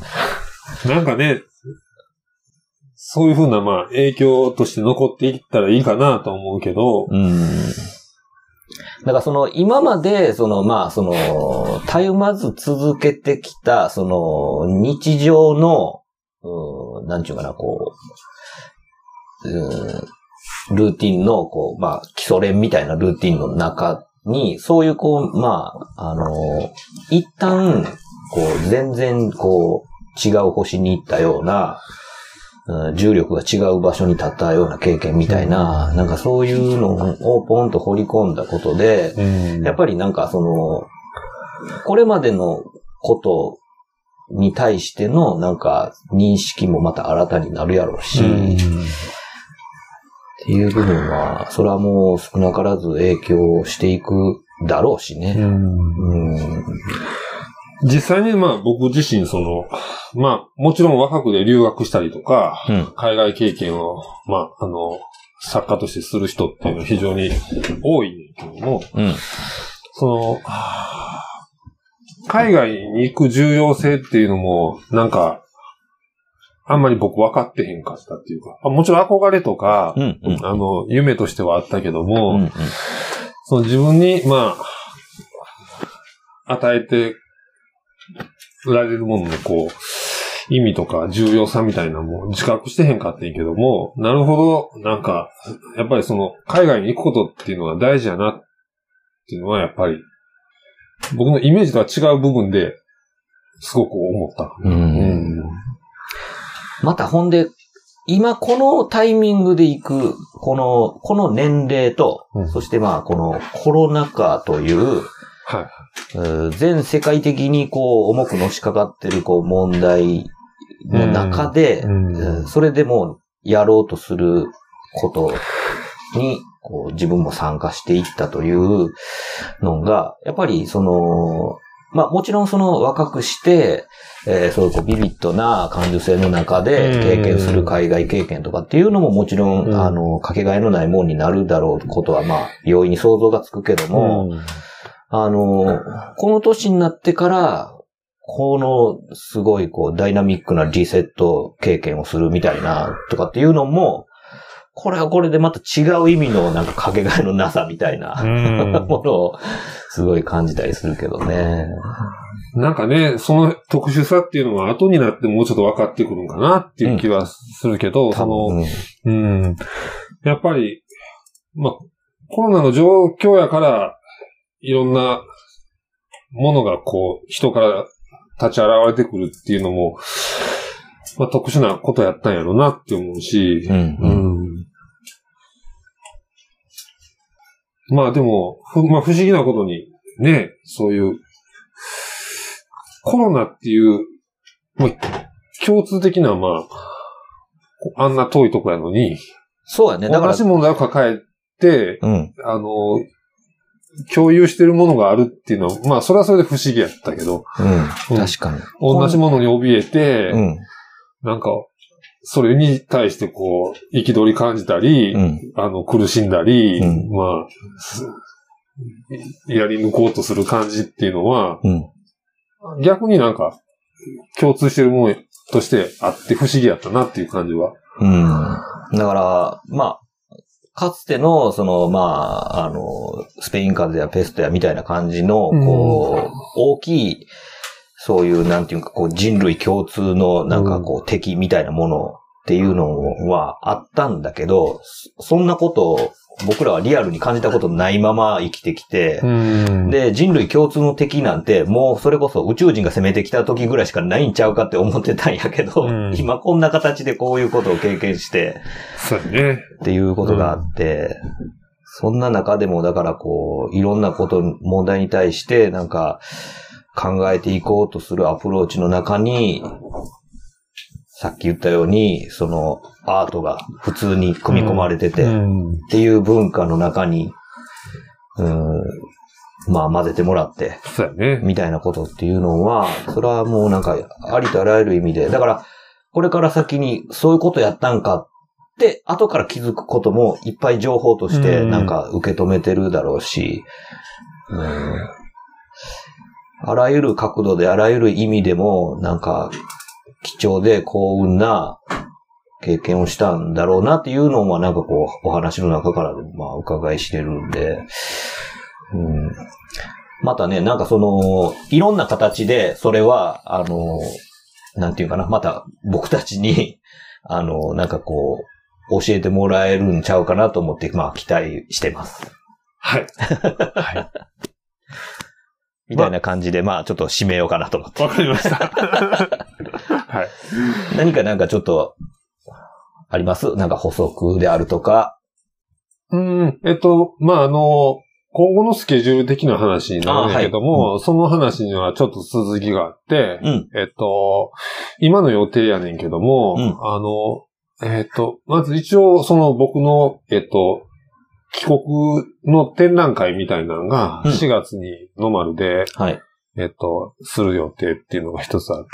なんかね、そういうふうな、まあ、影響として残っていったらいいかなと思うけど、うんだからその今までそのまあそのたゆまず続けてきたその日常のうーなんちゅうかなこう、うールーティンのこうまあ基礎練みたいなルーティンの中にそういうこうまああの一旦こう全然こう違う星に行ったような重力が違う場所に立ったような経験みたいな、うん、なんかそういうのをポンと掘り込んだことで、うん、やっぱりなんかその、これまでのことに対してのなんか認識もまた新たになるやろうし、うん、っていう部分は、それはもう少なからず影響していくだろうしね。うんうん実際にまあ僕自身その、まあもちろん若くで留学したりとか、うん、海外経験をまああの、作家としてする人っていうのは非常に多いんだけども、うん、その、海外に行く重要性っていうのもなんか、あんまり僕分かってへんかったっていうか、もちろん憧れとか、うんうん、あの、夢としてはあったけども、うんうん、その自分にまあ、与えて、られるもののこう、意味とか重要さみたいなのも自覚してへんかってんけども、なるほど、なんか、やっぱりその、海外に行くことっていうのは大事やなっていうのはやっぱり、僕のイメージとは違う部分ですごく思った。うん。うん、 またほんで、今このタイミングで行く、この、この年齢と、うん、そしてまあこのコロナ禍という、はい、全世界的にこう重くのしかかってるこう問題の中で、うんうん、それでもやろうとすることにこう自分も参加していったというのが、やっぱりその、まあもちろんその若くして、えー、そういうこうビビッドな感受性の中で経験する海外経験とかっていうのももちろん、うん、あの、かけがえのないもんになるだろうことはまあ容易に想像がつくけども、うんあの、この年になってから、このすごいこうダイナミックなリセット経験をするみたいなとかっていうのも、これはこれでまた違う意味のなんかかけがえのなさみたいなものをすごい感じたりするけどね。 なんかね、その特殊さっていうのは後になってもうちょっと分かってくるんかなっていう気はするけど、うん、その、うん、うん、やっぱり、まあ、コロナの状況やから、いろんなものがこう、人から立ち現れてくるっていうのも、まあ特殊なことやったんやろうなって思うし、うんうんうん、まあでも、ふまあ不思議なことに、ね、そういう、コロナっていう、まあ、共通的な、まあ、あんな遠いとこやのに、 そうやね。だから。 同じ問題を抱えて、うん、あの、共有してるものがあるっていうのは、まあ、それはそれで不思議やったけど。 うん。確かに。 同じものに怯えて、うん、なんか、それに対してこう、憤り感じたり、うん、あの、苦しんだり、うん、まあ、やり抜こうとする感じっていうのは、うん、逆になんか、共通してるものとしてあって不思議やったなっていう感じは。 うん。だから、まあ、かつての、その、まあ、あの、スペイン風邪やペストやみたいな感じの、こう、うん、大きい、そういう、なんていうか、こう、人類共通の、なんかこう、敵みたいなものっていうのはあったんだけど、そんなことを僕らはリアルに感じたことないまま生きてきて、うん、で、人類共通の敵なんて、もうそれこそ宇宙人が攻めてきた時ぐらいしかないんちゃうかって思ってたんやけど、うん、今こんな形でこういうことを経験して、 そうね。 っていうことがあって、うん、そんな中でもだからこう、いろんなこと、問題に対して、なんか、考えていこうとするアプローチの中に、さっき言ったように、そのアートが普通に組み込まれてて、うんうん、っていう文化の中に、うん、まあ混ぜてもらって、 そうやね、 みたいなことっていうのは、それはもうなんかありとあらゆる意味で、だからこれから先にそういうことやったんかって後から気づくこともいっぱい情報としてなんか受け止めてるだろうし、うんうん、あらゆる角度であらゆる意味でもなんか貴重で幸運な経験をしたんだろうなっていうのはなんかこうお話の中からでもまあ伺い知れるんで、 うん。またね、なんかその、いろんな形で、それは、あの、なんていうかな、また僕たちに、あの、なんかこう、教えてもらえるんちゃうかなと思って、まあ、期待してます。 はい。はい。 みたいな感じで、まあ、ちょっと締めようかなと思って。 わかりました。はい。 何かなんかちょっと、ありますなんか補足であるとか。 うん、えっと、まあ、あの、今後のスケジュール的な話になるんだけども、はいうん、その話にはちょっと続きがあって、うん、えっと、今の予定やねんけども、うん、あの、えっと、まず一応、その僕の、えっと、帰国の展覧会みたいなのがしがつにノマルで、うん、はい。えっと、する予定っていうのが一つあって、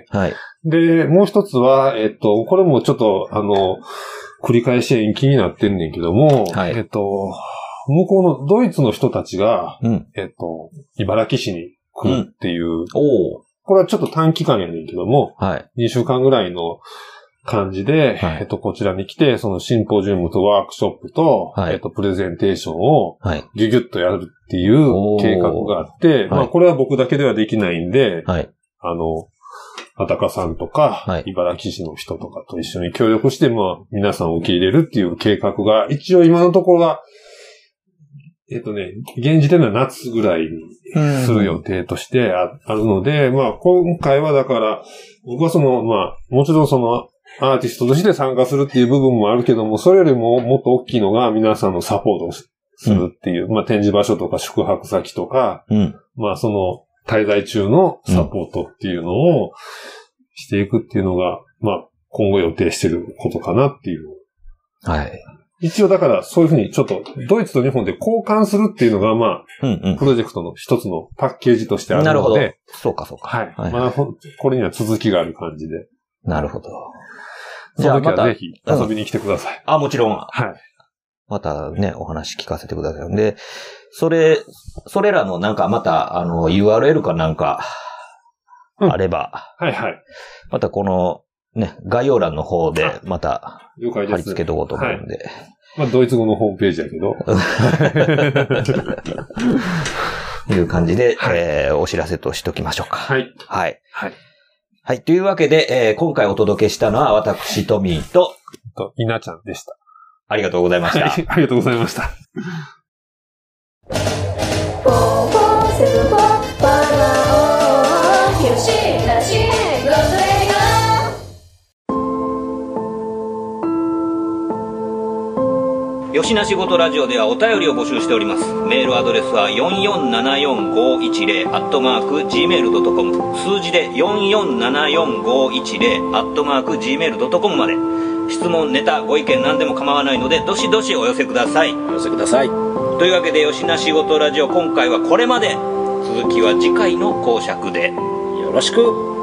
はい。で、もう一つは、えっと、これもちょっと、あの、繰り返し延期になってんねんけども、はい。えっと、向こうのドイツの人たちが、うん、えっと、茨城市に来るっていう、うん、おこれはちょっと短期間やねんけども、はい。にしゅうかんぐらいの感じで、はい、えっと、こちらに来て、そのシンポジウムとワークショップと、はい、えっと、プレゼンテーションを、はい。ギュギュッとやるっていう計画があって、はい、まあ、これは僕だけではできないんで、はい。あの、あたかさんとか、はい、茨城市の人とかと一緒に協力して、まあ、皆さんを受け入れるっていう計画が、一応今のところが、えっとね、現時点では夏ぐらいにする予定としてあるので、まあ、今回はだから、僕はその、まあ、もちろんその、アーティストとして参加するっていう部分もあるけども、それよりももっと大きいのが皆さんのサポートをするっていう、うん、まあ、展示場所とか宿泊先とか、うん、まあ、その、滞在中のサポートっていうのをしていくっていうのが、まあ、今後予定してることかなっていう。はい。一応だからそういうふうにちょっとドイツと日本で交換するっていうのがまあ、うんうん、プロジェクトの一つのパッケージとしてあるので。なるほど。 そうかそうか。 はい。はい、まあ、これには続きがある感じで。 なるほど。 じゃあまたぜひ遊びに来てください。 うん、あ、もちろん。はい。またね、お話聞かせてください。で、それ、それらのなんかまた、あの、ユーアールエル かなんか、あれば、うん、はいはい。またこの、ね、概要欄の方で、また、貼り付けとこうと思うんで。はい、 まあ、ドイツ語のホームページやけど。 いう感じで、はい、えー、お知らせとしときましょうか。 はい。 はい。はい。はい。というわけで、えー、今回お届けしたのは、私、トミーと、 と、稲ちゃんでした。 ありがとうございました。 はい、ありがとうございました。 よしなしごとラジオではお便りを募集しております。メールアドレスはよんよんななよんごいちゼロ アットマーク ジーメールドットコム 数字でよんよんななよんごいちゼロ アットマーク ジーメールドットコム まで。質問、ネタ、ご意見何でも構わないのでどしどしお寄せください。 お寄せください。 というわけでよしなしごとラジオ今回はこれまで。続きは次回の講釈で。 よろしく。